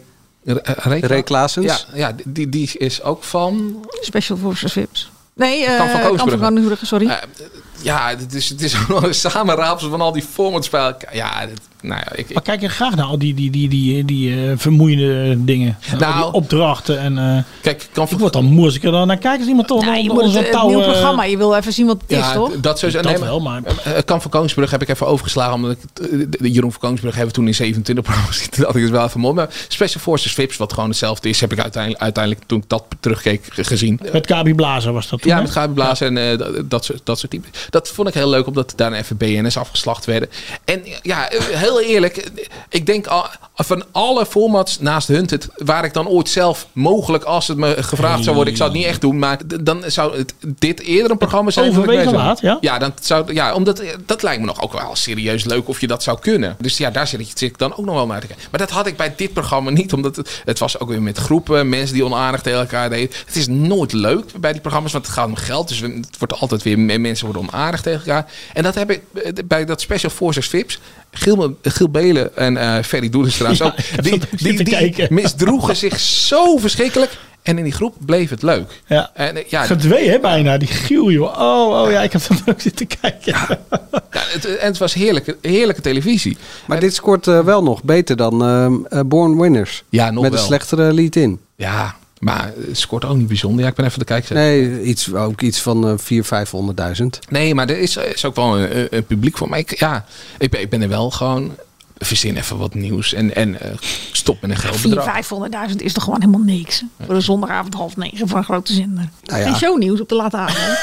Ray Klaasens? Ja, ja die, die is ook van... Special Forces V I Ps. Nee, uh, Kamp van Koningsbrugge, sorry. Uh, ja, het is, het is ook nog een samenraapsel van al die formats bij elkaar. Ja, dit, nou ja, ik, maar kijk je graag naar al die, die, die, die, die uh, vermoeiende dingen. Nou, die opdrachten. En, uh, kijk, kan ik word dan moe als ik er dan naar kijk. Als iemand toch nou, je moet het, het nieuw programma. Je wil even zien wat het ja, is, toch? Dat sowieso. Dat nee, wel, maar... Uh, Kamp van Koningsbrugge heb ik even overgeslagen. Omdat ik, uh, de Jeroen van Koningsbrugge hebben we toen in zevenentwintig programma's zitten. Dat ik het wel even mooi. Maar Special Forces V I Ps, wat gewoon hetzelfde is, heb ik uiteindelijk, uiteindelijk toen ik dat terugkeek gezien. Met Gabi Blazer was dat toen, Ja, hè? met Gabi Blazer ja. en uh, dat, dat, soort, dat soort typen. Dat vond ik heel leuk, omdat daarna even B N S afgeslacht werden. En ja, heel heel eerlijk, ik denk al, van alle formats naast Hunted, waar ik dan ooit zelf mogelijk, als het me gevraagd zou worden, ik zou het niet echt doen, maar d- dan zou het dit eerder een programma zijn. Overwegen laat, ja? Ja, dan zou, ja, omdat dat lijkt me nog ook wel serieus leuk of je dat zou kunnen. Dus ja, daar zit ik, zit ik dan ook nog wel naar te kijken. Maar dat had ik bij dit programma niet, omdat het, het was ook weer met groepen, mensen die onaardig tegen elkaar deden. Het is nooit leuk bij die programma's, want het gaat om geld. Dus het wordt altijd weer, mensen worden onaardig tegen elkaar. En dat heb ik bij dat Special Forces V I P's. Giel, Giel Belen en uh, Ferry Doedens trouwens ook. Ja, die die, die misdroegen zich zo verschrikkelijk. En in die groep bleef het leuk. Ja. En, ja, Gedwee, hè, bijna. Die Giel, joh. Oh, oh ja, ik heb dat ook zitten kijken. Ja. Ja, het, en het was heerlijke, heerlijke televisie. Maar en, dit scoort uh, wel nog beter dan uh, Born Winners. Ja, nog Met wel. een slechtere lead-in. Ja, maar het scoort ook niet bijzonder. Ja, ik ben even de kijken. Nee, iets, ook iets van uh, vierhonderdduizend, vijfhonderdduizend. Nee, maar er is, is ook wel een, een publiek voor. Maar ik, ja, ik, ben, ik ben er wel gewoon... Verzin even wat nieuws en, en uh, stop met een groot bedrag. vierhonderdduizend, vijfhonderdduizend is toch gewoon helemaal niks. Ja. Voor een zondagavond half negen voor een grote zender. Nou ja. Geen shownieuws op de late avond.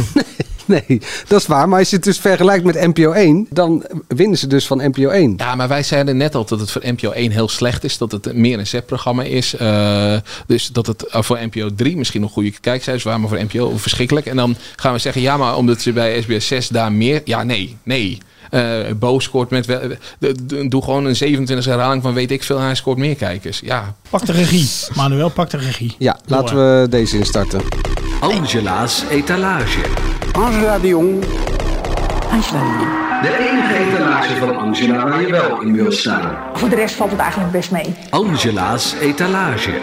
Nee, dat is waar. Maar als je het dus vergelijkt met N P O één, dan winnen ze dus van N P O één. Ja, maar wij zeiden net al dat het voor N P O één heel slecht is. Dat het meer een zetprogramma is. Uh, dus dat het voor N P O drie misschien nog goede kijkcijfers waren, maar voor N P O verschrikkelijk. En dan gaan we zeggen, ja, maar omdat ze bij S B S zes daar meer... Ja, nee, nee. Uh, Bo scoort met... Uh, doe gewoon een zevenentwintigste herhaling van weet ik veel. Hij scoort meer kijkers. Ja. Pak de regie. Manuel, pak de regie. Ja, laten we deze instarten. Angela's etalage. Angela de Jong. Angela de Jong. De enige etalage van Angela waar je wel in wil staan. Voor de rest valt het eigenlijk best mee. Angela's etalage.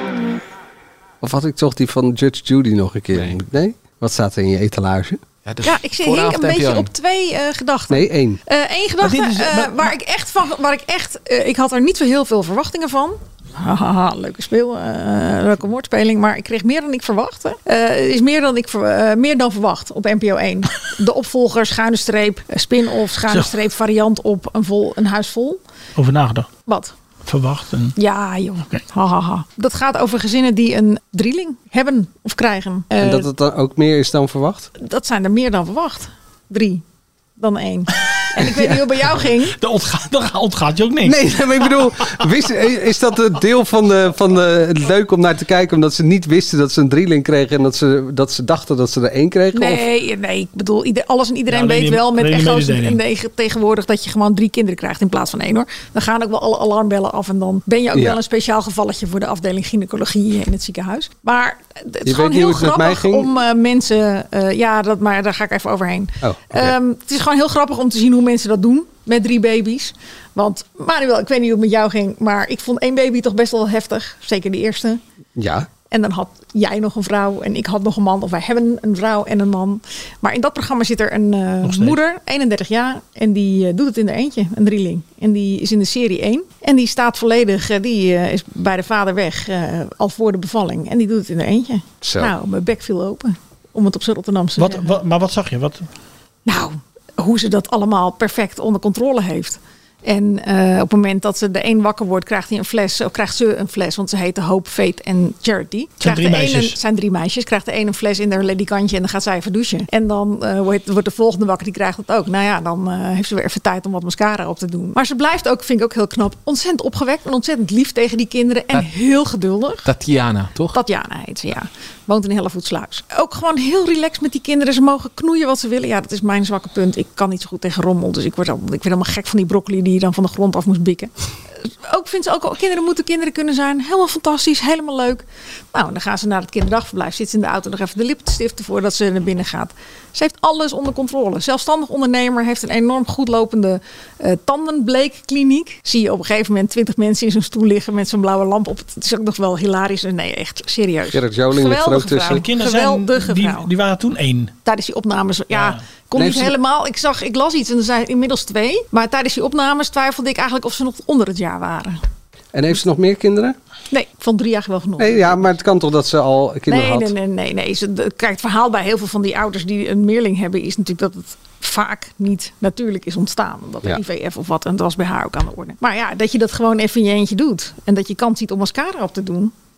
Of had ik toch die van Judge Judy nog een keer? Nee. nee? Wat staat er in je etalage? Ja, dus ja, ik zit hier een beetje op twee uh, gedachten. Nee, één. Uh, Eén gedachte is, uh, maar, waar ik echt van, waar ik echt, uh, ik had er niet zo heel veel verwachtingen van. Hahaha, leuke speel, uh, leuke woordspeling, maar ik kreeg meer dan ik verwachtte. Uh, is meer dan ik uh, meer dan verwacht op N P O één. De opvolger, schuine streep, spin-off, schuine streep, variant op een vol, een huis vol. Over nagedacht. Wat? Verwachten. Ja, joh. Okay. Ha, ha, ha. Dat gaat over gezinnen die een drieling hebben of krijgen. En uh, dat het dan ook meer is dan verwacht? Dat zijn er meer dan verwacht. Drie dan één. En ik weet ja. niet hoe het bij jou ging. Dan ontgaat, dan ontgaat je ook niks. Nee, maar ik bedoel, wist, is dat het deel van, de, van de, het leuk om naar te kijken? Omdat ze niet wisten dat ze een drieling kregen en dat ze, dat ze dachten dat ze er één kregen? Nee, of? nee ik bedoel, ieder, alles en iedereen ja, weet die, wel met echo's en en tegenwoordig dat je gewoon drie kinderen krijgt in plaats van één, hoor. Dan gaan ook wel alle alarmbellen af en dan ben je ook ja. wel een speciaal gevalletje voor de afdeling gynaecologie in het ziekenhuis. Maar het is je gewoon heel grappig om uh, mensen, uh, ja, dat, maar daar ga ik even overheen. Oh, okay. um, het is gewoon heel grappig om te zien hoe mensen dat doen. Met drie baby's. Want Manuel, ik weet niet hoe het met jou ging. Maar ik vond één baby toch best wel heftig. Zeker de eerste. Ja. En dan had jij nog een vrouw. En ik had nog een man. Of wij hebben een vrouw en een man. Maar in dat programma zit er een uh, moeder. eenendertig jaar. En die uh, doet het in haar eentje. Een drieling. En die is in de serie één. En die staat volledig. Uh, die uh, is bij de vader weg. Uh, al voor de bevalling. En die doet het in haar eentje. Zo. Nou, mijn bek viel open. Om het op z'n Rotterdamse te wat, zeggen. Wat, maar wat zag je? Wat... Nou... hoe ze dat allemaal perfect onder controle heeft. En uh, op het moment dat ze de een wakker wordt, krijgt hij een fles, of krijgt ze een fles, want ze heten Hope, Fate en Charity. Het zijn drie meisjes. Het zijn drie meisjes. Krijgt de een een fles in haar ledikantje en dan gaat zij even douchen. En dan uh, wordt, wordt de volgende wakker, die krijgt het ook. Nou ja, dan uh, heeft ze weer even tijd om wat mascara op te doen. Maar ze blijft ook, vind ik ook heel knap, ontzettend opgewekt en ontzettend lief tegen die kinderen. En Dat, heel geduldig. Tatiana, toch? Tatiana heet ze, ja. Woont in Hellevoetsluis. Ook gewoon heel relaxed met die kinderen. Ze mogen knoeien wat ze willen. Ja, dat is mijn zwakke punt. Ik kan niet zo goed tegen rommel. Dus ik word, ik word helemaal gek van die broccoli die je dan van de grond af moest bikken. Ook vindt ze ook, kinderen moeten kinderen kunnen zijn. Helemaal fantastisch, helemaal leuk. Nou, dan gaan ze naar het kinderdagverblijf. Zit ze in de auto nog even de lippen te stiften voordat ze naar binnen gaat. Ze heeft alles onder controle. Zelfstandig ondernemer, heeft een enorm goed lopende uh, tandenbleekkliniek. Zie je op een gegeven moment twintig mensen in zo'n stoel liggen met zo'n blauwe lamp op. Het is ook nog wel hilarisch. Nee, echt serieus. Gerrit Joling ligt er ook tussen. De kinderen zijn, die, die waren toen één. Tijdens die opnames, ja... ja. Kon nee, niet helemaal. Ik zag, ik las iets en er zijn inmiddels twee. Maar tijdens die opnames twijfelde ik eigenlijk of ze nog onder het jaar waren. En heeft ze nog meer kinderen? Nee, ik vond drie jaar wel genoeg. Nee, ja, maar het kan toch dat ze al kinderen nee, had? Nee, nee, nee. nee. Ze, de, kijk, het verhaal bij heel veel van die ouders die een meerling hebben... is natuurlijk dat het vaak niet natuurlijk is ontstaan. Dat ja. I V F of wat. En dat was bij haar ook aan de orde. Maar ja, dat je dat gewoon even in je eentje doet. En dat je kans ziet om mascara op te doen...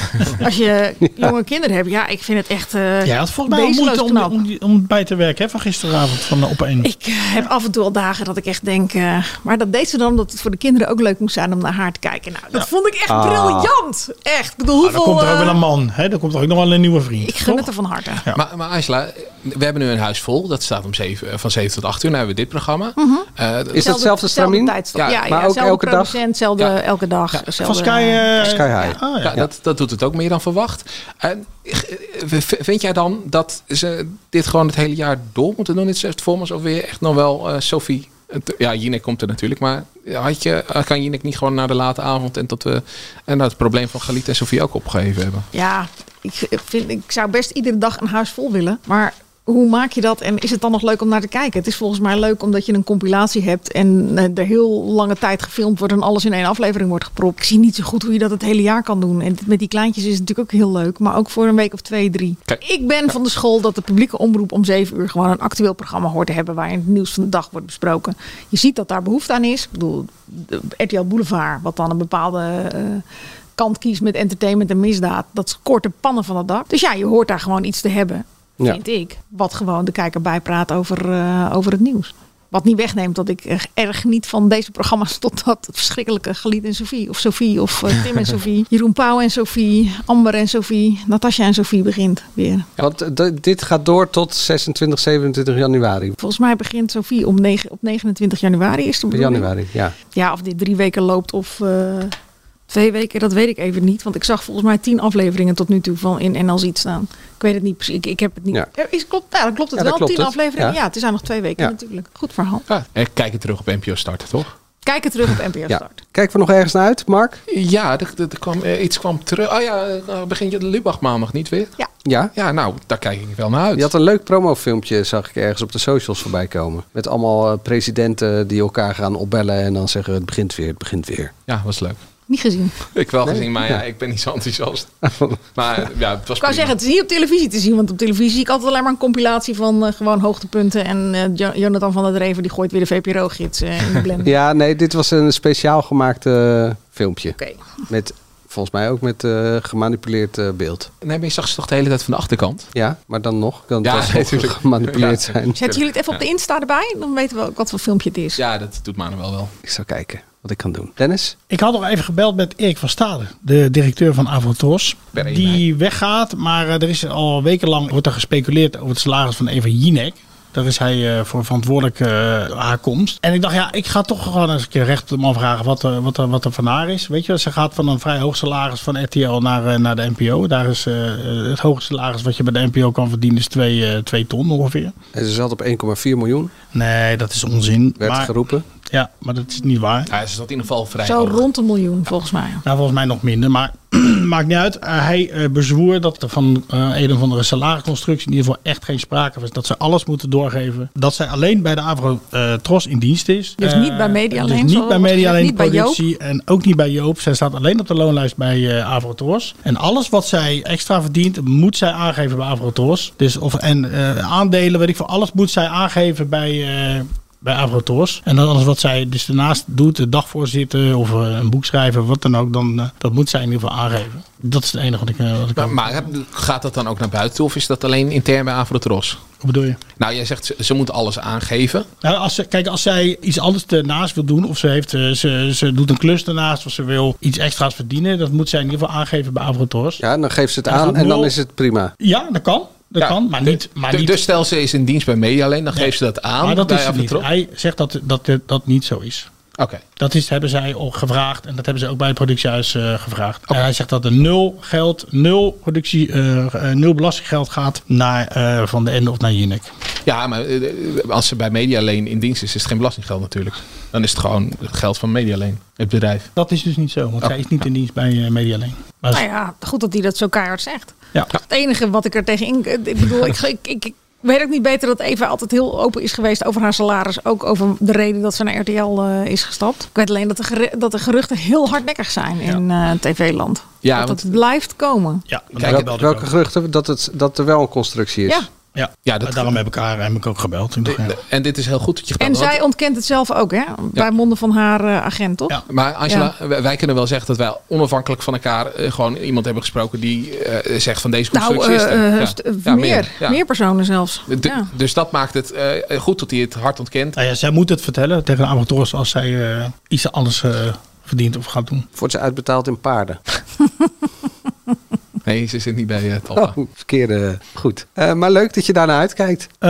als je jonge kinderen hebt, ja, ik vind het echt uh, ja, het volgens mij moeite om, om, om bij te werken hè, van gisteravond van uh, op één. Ik uh, heb af en toe al dagen dat ik echt denk, uh, maar dat deed ze dan omdat het voor de kinderen ook leuk moest zijn om naar haar te kijken. Nou, dat ja. vond ik echt ah. briljant. Echt. Ik bedoel, hoeveel, ah, dan komt er ook wel een man. Hè? Dan komt er ook nog wel een nieuwe vriend. Ik gun het er van harte. Ja. Maar, maar Angela, we hebben nu een huis vol. Dat staat om zeven, van zeven tot acht uur. Nu hebben we dit programma. Mm-hmm. Uh, is dat hetzelfde stramien? Ja, ja, maar ja, ook elke dag? Hetzelfde ja. elke dag. Ja. Van Sky, uh, Sky High. Ah, ja. Ja, dat, dat doet het ook meer dan verwacht. En vind jij dan dat ze dit gewoon het hele jaar door moeten doen? Dit is voor me alsof weer echt nog wel uh, Sophie... Ja, Jinek komt er natuurlijk, maar had je, kan Jinek niet gewoon naar de late avond en tot we en het probleem van Galit en Sophie ook opgegeven hebben? Ja, ik, vind, ik zou best iedere dag een huis vol willen, maar hoe maak je dat en is het dan nog leuk om naar te kijken? Het is volgens mij leuk omdat je een compilatie hebt en er heel lange tijd gefilmd wordt en alles in één aflevering wordt gepropt. Ik zie niet zo goed hoe je dat het hele jaar kan doen. En met die kleintjes is het natuurlijk ook heel leuk, maar ook voor een week of twee, drie. Kijk. Ik ben van de school dat de publieke omroep om zeven uur gewoon een actueel programma hoort te hebben waarin het nieuws van de dag wordt besproken. Je ziet dat daar behoefte aan is. Ik bedoel, R T L Boulevard, wat dan een bepaalde... Uh, kant kiest met entertainment en misdaad. Dat is korte pannen van het dak. Dus ja, je hoort daar gewoon iets te hebben. Vind ja. ik. Wat gewoon de kijker bijpraat over, uh, over het nieuws. Wat niet wegneemt dat ik erg, erg niet van deze programma's tot dat verschrikkelijke Galit en Sophie. Of Sophie of uh, Tim en Sophie. Jeroen Pauw en Sophie. Amber en Sophie. Natasja en Sophie begint weer. Ja, want d- dit gaat door tot zesentwintig, zevenentwintig januari. Volgens mij begint Sophie om negen, op negenentwintig januari. Is de januari, ja. Ja, of dit drie weken loopt of... Uh, Twee weken, dat weet ik even niet. Want ik zag volgens mij tien afleveringen tot nu toe van in N L Ziet staan. Ik weet het niet precies. Ik, ik heb het niet. Ja. Is, klopt, ja, dan klopt het ja, wel. Klopt tien het. afleveringen. Ja. ja, het zijn nog twee weken ja. natuurlijk. Goed verhaal. Ja, en kijk het terug op N P O Start, toch? Kijk het terug op N P O ja. Start. Kijken we nog ergens naar uit, Mark? Ja, er, er kwam, iets kwam terug. Oh ja, begin je de Lubach maandag niet weer? Ja. Ja? Ja, nou, daar kijk ik wel naar uit. Je had een leuk promofilmpje, zag ik ergens op de socials voorbij komen. Met allemaal uh, presidenten die elkaar gaan opbellen en dan zeggen het begint weer, het begint weer. Ja, was leuk. Niet gezien. Ik wel nee? gezien, maar ja, ik ben niet zo enthousiast. Maar ja, het was ik wou zeggen, het is niet op televisie te zien. Want op televisie zie ik altijd alleen maar een compilatie van uh, gewoon hoogtepunten. En uh, Jonathan van der Dreven die gooit weer de V P R O-gids uh, in de blender. Ja, nee, dit was een speciaal gemaakt uh, filmpje. Oké. Okay. Met... Volgens mij ook met uh, gemanipuleerd uh, beeld. Nee, maar je zag ze toch de hele tijd van de achterkant? Ja, maar dan nog. Kan het ja, natuurlijk gemanipuleerd ja. zijn. Zetten jullie het even op de Insta erbij? Dan weten we ook wat voor filmpje het is. Ja, dat doet Manuel wel. Ik zou kijken wat ik kan doen. Dennis? Ik had nog even gebeld met Erik van Stade, de directeur van Avrotros. Die weggaat, maar uh, er is al wekenlang wordt er gespeculeerd over het salaris van Eva Jinek. Daar is hij uh, voor verantwoordelijk uh, haar komst. En ik dacht, ja, ik ga toch gewoon eens een keer recht op de man vragen wat, uh, wat, er, wat er van haar is. Weet je, ze gaat van een vrij hoog salaris van R T L naar, uh, naar de N P O. Daar is uh, het hoogste salaris wat je bij de N P O kan verdienen is twee, uh, twee ton ongeveer. En ze zat op één komma vier miljoen. Nee, dat is onzin. Werd maar, geroepen. Ja, maar dat is niet waar. Ja, ze zat in ieder geval vrij Zo hoog. rond een miljoen, volgens mij. Nou, volgens mij nog minder, maar maakt niet uit. Uh, hij uh, bezwoer dat er van uh, een of andere salarisconstructie in ieder geval echt geen sprake was. Dat ze alles moeten doorgeven. Dat zij alleen bij de Avrotros uh, in dienst is. Dus uh, niet bij Media alleen. Dus niet bij Media alleen productie bij en ook niet bij Joop. Zij staat alleen op de loonlijst bij uh, Avrotros. En alles wat zij extra verdient, moet zij aangeven bij Avrotros. Dus of en uh, aandelen, weet ik veel, alles moet zij aangeven bij. Uh, bij Avrotros. En dan alles wat zij dus daarnaast doet, de dagvoorzitter of uh, een boek schrijven, wat dan ook, dan uh, dat moet zij in ieder geval aangeven. Dat is het enige wat ik, uh, wat ik Maar, maar gaat dat dan ook naar buiten of is dat alleen intern bij Avrotros? Hoe bedoel je? Nou, jij zegt ze, ze moet alles aangeven. Nou, als ze, kijk, als zij iets anders ernaast wil doen of ze, heeft, uh, ze, ze doet een klus ernaast of ze wil iets extra's verdienen, dat moet zij in ieder geval aangeven bij Avrotros. Ja, dan geeft ze het aan en dan is het prima. Ja, dat kan. Dat ja, kan, maar niet. Maar de, niet. Dus stel ze is in dienst bij Media alleen, dan nee, geeft ze dat aan. Maar dat bij is het niet. Hij zegt dat dat, dat niet zo is. Oké. Okay. Dat is, hebben zij al gevraagd en dat hebben ze ook bij het productiehuis uh, gevraagd. Okay. En hij zegt dat er nul geld, nul productie, uh, uh, nul belastinggeld gaat naar uh, Van de Ende of naar Jinek. Ja, maar uh, als ze bij Media alleen in dienst is, is het geen belastinggeld natuurlijk. Dan is het gewoon het geld van Media alleen, het bedrijf. Dat is dus niet zo, want oh. zij is niet in dienst bij uh, Media alleen. Maar nou ja, goed dat hij dat zo keihard zegt. Ja. Het enige wat ik er tegenin... Ik bedoel, ik, ik, ik, ik weet ook niet beter dat Eva altijd heel open is geweest over haar salaris. Ook over de reden dat ze naar R T L uh, is gestapt. Ik weet alleen dat de, ger- dat de geruchten heel hardnekkig zijn ja. in uh, T V-land. Ja, dat want, het blijft komen. Ja, Kijk, welke, welke geruchten? Dat, het, dat er wel een constructie is. Ja. Ja, ja dat, daarom heb ik haar heb ik ook gebeld. Ik dacht, ja. En dit is heel goed dat je gebeld En hebt. zij ontkent het zelf ook, hè? Bij Ja. monden van haar uh, agent, toch? Ja, maar Angela, ja. wij, wij kunnen wel zeggen dat wij onafhankelijk van elkaar uh, gewoon iemand hebben gesproken die uh, zegt van deze constructie nou, is er. uh, ja. st- Ja, meer, meer, ja. meer personen zelfs. De, ja. Dus dat maakt het uh, goed dat hij het hard ontkent. Nou ja, zij moet het vertellen tegen de Amazones als zij uh, iets anders uh, verdient of gaat doen. Wordt ze uitbetaald in paarden? Nee, ze zit niet bij uh, Talpa. Oh, verkeerde. Goed. Uh, maar leuk dat je daarnaar uitkijkt. Uh,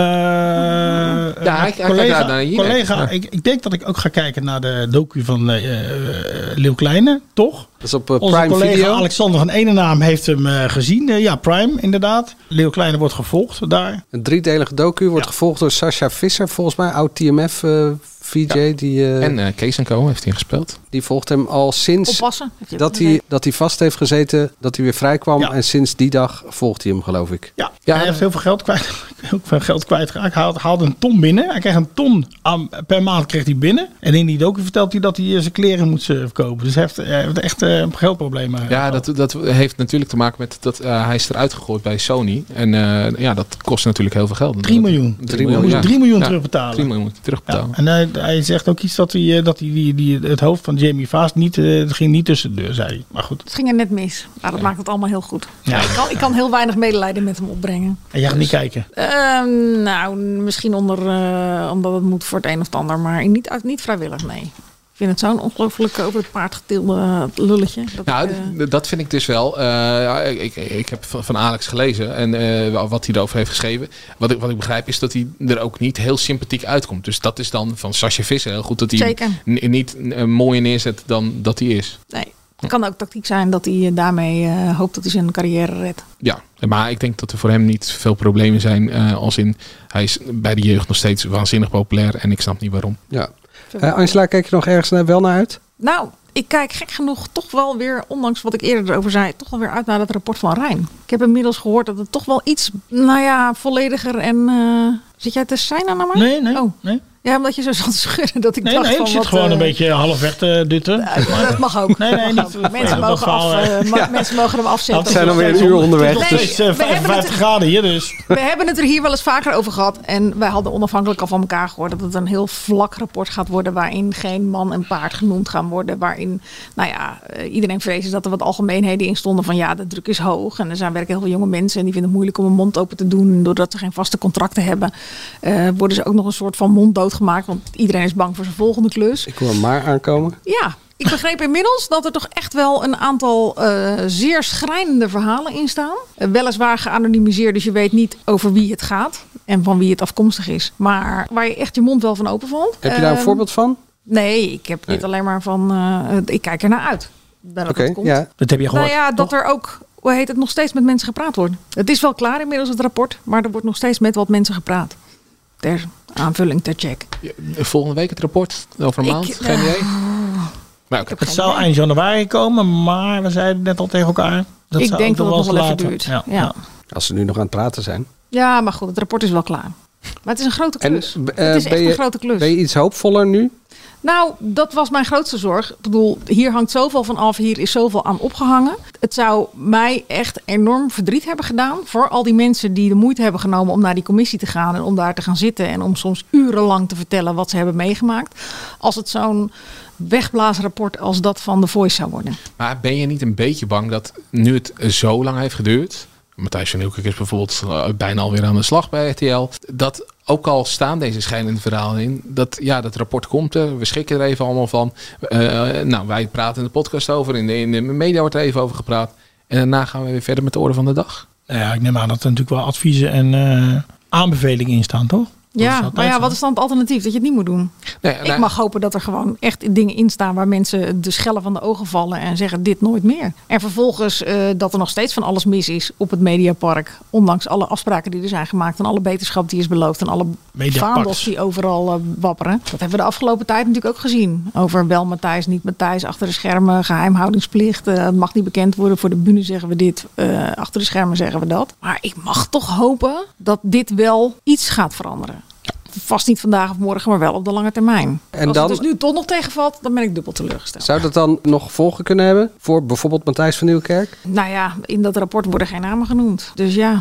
ja, hij, hij collega, kijkt naar hier. collega Ja. ik, ik denk dat ik ook ga kijken naar de docu van uh, uh, Leeuw Kleine, toch? Dat is op uh, Onze Prime collega Video. Alexander van Enenaam heeft hem uh, gezien. Uh, ja, Prime, inderdaad. Leeuw Kleine wordt gevolgd daar. Een driedelige docu wordt ja. gevolgd door Sascha Visser, volgens mij. Oud T M F uh, V J. Ja. Die, uh, en uh, Kees en Co heeft hij gespeeld. Die volgt hem al sinds Oppassen, dat hij, dat hij vast heeft gezeten, dat hij weer vrij kwam. Ja. En sinds die dag volgt hij hem, geloof ik. Ja, ja hij heeft heel veel geld kwijt. Heel veel geld kwijtgeraakt. Hij haalde, haalde een ton binnen. Hij kreeg een ton aan, per maand kreeg hij binnen. En in die docu vertelt hij dat hij uh, zijn kleren moet uh, verkopen. Dus hij heeft, hij heeft echt uh, geldproblemen. Ja, dat, dat heeft natuurlijk te maken met dat uh, hij is eruit gegooid bij Sony. En uh, ja, dat kost natuurlijk heel veel geld. drie miljoen. drie miljoen. Ja. drie miljoen ja. terugbetalen. drie miljoen terugbetalen. Ja. En hij, hij zegt ook iets dat hij, dat hij die, die, het hoofd van Jamie Vaas niet, uh, het ging niet tussen de deur, zei hij. Maar goed. Het ging er net mis. Maar dat ja. maakt het allemaal heel goed. Ja. Ik, kan, ik kan heel weinig medelijden met hem opbrengen. En jij gaat dus, niet kijken? Uh, nou, misschien onder, uh, omdat het moet voor het een of het ander. Maar niet, niet vrijwillig, nee. Ik vind het zo'n ongelooflijk over het paard getilde lulletje. Dat nou, ik, uh... dat vind ik dus wel. Uh, ik, ik heb van Alex gelezen en uh, wat hij erover heeft geschreven. Wat ik, wat ik begrijp is dat hij er ook niet heel sympathiek uitkomt. Dus dat is dan van Sascha Visser heel goed dat hij n- niet uh, mooier neerzet dan dat hij is. Nee. Het kan ook tactiek zijn dat hij daarmee uh, hoopt dat hij zijn carrière redt. Ja, maar ik denk dat er voor hem niet veel problemen zijn. Uh, als in, hij is bij de jeugd nog steeds waanzinnig populair en ik snap niet waarom. Ja. Uh, Angela, kijk je nog ergens naar, wel naar uit? Nou, ik kijk gek genoeg toch wel weer, ondanks wat ik eerder erover zei, toch wel weer uit naar het rapport van Rijn. Ik heb inmiddels gehoord dat het toch wel iets, nou ja, vollediger en... Uh, zit jij te zijn naar mij? Nee, nee. Oh. nee. Ja, omdat je zo zat te schudden dat ik nee, dacht nee, van... ik zit wat, gewoon uh, een beetje half weg te dutten. Uh, dat mag ook. Nee, nee, mag niet. Ook. Mensen, mogen verhaal, af, uh, ja. mensen mogen hem afzetten. Het zijn alweer een uur onderweg. Het is dus. uh, vijfenvijftig graden hier dus. We hebben het er hier wel eens vaker over gehad. En wij hadden onafhankelijk al van elkaar gehoord dat het een heel vlak rapport gaat worden. Waarin geen man en paard genoemd gaan worden. Waarin, nou ja, uh, iedereen vreest dat er wat algemeenheden in stonden van ja, de druk is hoog. En er zijn werkelijk heel veel jonge mensen en die vinden het moeilijk om een mond open te doen. Doordat ze geen vaste contracten hebben, uh, worden ze ook nog een soort van mond doodgemaakt. Want iedereen is bang voor zijn volgende klus. Ik wil hem maar aankomen. Ja, ik begreep inmiddels dat er toch echt wel een aantal uh, zeer schrijnende verhalen in staan. Uh, weliswaar geanonimiseerd, dus je weet niet over wie het gaat en van wie het afkomstig is. Maar waar je echt je mond wel van open valt. Heb je daar een uh, voorbeeld van? Nee, ik heb dit nee. alleen maar van... Uh, ik kijk er naar uit. Oké, okay, ja. Dat heb je gehoord. Nou ja, dat er ook... Hoe heet het? Nog steeds met mensen gepraat wordt. Het is wel klaar inmiddels het rapport, maar er wordt nog steeds met wat mensen gepraat. Ter aanvulling, ter check. Volgende week het rapport over een maand? Ik, geen idee? Uh, maar okay. Het zou eind januari komen, maar we zeiden net al tegen elkaar. Dat ik zou denk dat het nog wel later. even duurt. Ja. Ja. Ja. Als ze nu nog aan het praten zijn. Ja, maar goed, het rapport is wel klaar. Maar het is een grote klus. En, uh, het is echt je, een grote klus. Ben je iets hoopvoller nu? Nou, dat was mijn grootste zorg. Ik bedoel, hier hangt zoveel van af. Hier is zoveel aan opgehangen. Het zou mij echt enorm verdriet hebben gedaan. Voor al die mensen die de moeite hebben genomen om naar die commissie te gaan. En om daar te gaan zitten. En om soms urenlang te vertellen wat ze hebben meegemaakt. Als het zo'n wegblaasrapport als dat van The Voice zou worden. Maar ben je niet een beetje bang dat nu het zo lang heeft geduurd... Matthijs van Nieuwkerk is bijvoorbeeld uh, bijna alweer aan de slag bij R T L. Dat ook al staan deze schijnende verhalen in, dat ja, dat rapport komt er. We schrikken er even allemaal van. Uh, nou, wij praten in de podcast over. In de, in de media wordt er even over gepraat. En daarna gaan we weer verder met de orde van de dag. Nou ja, ik neem aan dat er natuurlijk wel adviezen en uh, aanbevelingen in staan, toch? Ja, maar ja, wat is dan het alternatief? Dat je het niet moet doen. Nee, ik nee. mag hopen dat er gewoon echt dingen in staan waar mensen de schellen van de ogen vallen en zeggen dit nooit meer. En vervolgens uh, dat er nog steeds van alles mis is op het Mediapark. Ondanks alle afspraken die er zijn gemaakt en alle beterschap die is beloofd en alle vaandels die overal uh, wapperen. Dat hebben we de afgelopen tijd natuurlijk ook gezien. Over wel Matthijs, niet Matthijs, achter de schermen, geheimhoudingsplicht. Uh, het mag niet bekend worden. Voor de bühne zeggen we dit. Uh, achter de schermen zeggen we dat. Maar ik mag toch hopen dat dit wel iets gaat veranderen. Vast niet vandaag of morgen, maar wel op de lange termijn. En Als dan, het dus nu toch nog tegenvalt, dan ben ik dubbel teleurgesteld. Zou dat dan nog gevolgen kunnen hebben? Voor bijvoorbeeld Matthijs van Nieuwkerk? Nou ja, in dat rapport worden geen namen genoemd. Dus ja,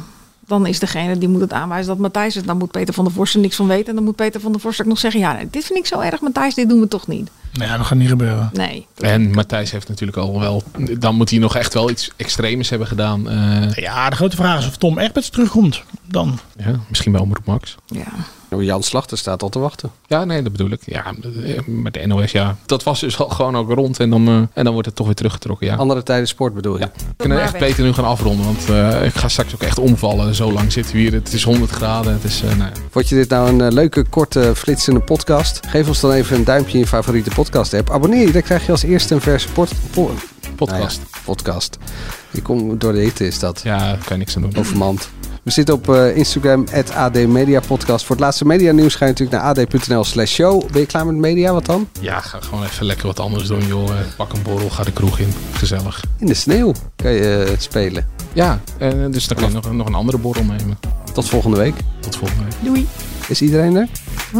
dan is degene die moet het aanwijzen dat Matthijs het. Dan moet Peter van der Vorst er niks van weten. En dan moet Peter van der Vorst ook nog zeggen... ja, nee, dit vind ik zo erg, Matthijs, dit doen we toch niet. Nou ja, dat gaat niet gebeuren. Nee. En Matthijs heeft natuurlijk al wel... dan moet hij nog echt wel iets extreems hebben gedaan. Uh, ja, de grote vraag is of Tom Egberts terugkomt dan. Ja, misschien wel Omroep Max. Ja. Jan Slachter staat al te wachten. Ja, nee, dat bedoel ik. Ja, met de N O S, ja. Dat was dus al gewoon ook rond en dan, uh, en dan wordt het toch weer teruggetrokken, ja. Andere tijden sport bedoel je? Ja. We kunnen echt Peter nu gaan afronden, want uh, ik ga straks ook echt omvallen. Zo lang zitten we hier. Het is honderd graden. Het is, uh, nou ja. Vond je dit nou een uh, leuke, korte, flitsende podcast? Geef ons dan even een duimpje in je favoriete podcast app. Abonneer je, dan krijg je als eerste een verse port, po- podcast. Nou ja, podcast. Je komt door de hitte is dat. Ja, daar kan je niks aan doen. Overmand. We zitten op uh, Instagram, at A D Media Podcast. Voor het laatste media nieuws ga je natuurlijk naar ad.nl slash show. Ben je klaar met media? Wat dan? Ja, ga gewoon even lekker wat anders doen, joh. Pak een borrel, ga de kroeg in. Gezellig. In de sneeuw kan je uh, spelen. Ja, uh, dus dan kan je nog, nog een andere borrel nemen. Tot volgende week. Tot volgende week. Doei. Is iedereen er? Hm.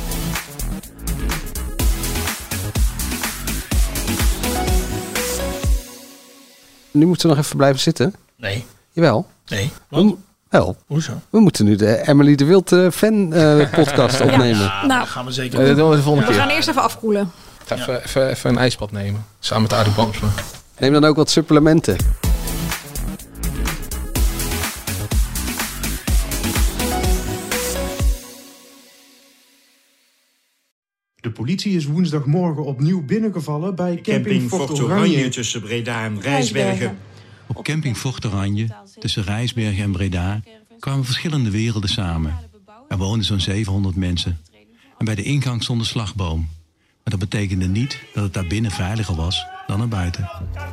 Nu moeten we nog even blijven zitten. Nee. Jawel. Nee. Wat? Wel. Hoezo? We moeten nu de Emily de Wild uh, fan uh, podcast opnemen. Ja, nou, dat gaan we zeker doen. Uh, dat doen we de volgende we keer. gaan eerst even afkoelen. Ga even, ja. even, even een ijsbad nemen. Samen met Arie Boomsma. Neem dan ook wat supplementen. De politie is woensdagmorgen opnieuw binnengevallen bij camping, camping Fort Oranje. Oranje tussen Breda en Rijsbergen. Op camping Fort Oranje tussen Rijsbergen en Breda kwamen verschillende werelden samen. Er woonden zo'n zevenhonderd mensen. En bij de ingang stond een slagboom. Maar dat betekende niet dat het daar binnen veiliger was dan er buiten.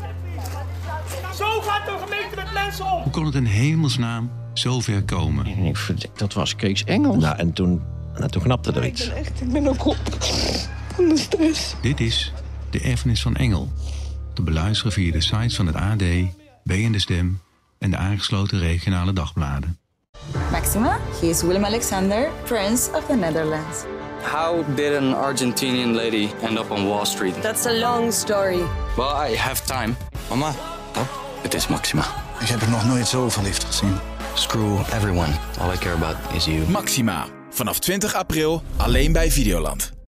Zo gaat de gemeente met mensen om! Hoe kon het in hemelsnaam zo ver komen? Ik, dat was Kees Engels. Nou, en toen, nou, toen knapte er iets. Ik ben echt, ik ben ook op van de stress. Dit is De Erfenis van Engel. Te beluisteren via de sites van het A D, B en De Stem en de aangesloten regionale dagbladen. Maxima, he is Willem Alexander, Prince of the Netherlands. How did an Argentinian lady end up on Wall Street? That's a long story. Well, I have time. Mama, oh, het is Maxima. Ik heb er nog nooit zo verliefd gezien. Screw everyone. All I care about is you. Maxima. Vanaf twintig april alleen bij Videoland.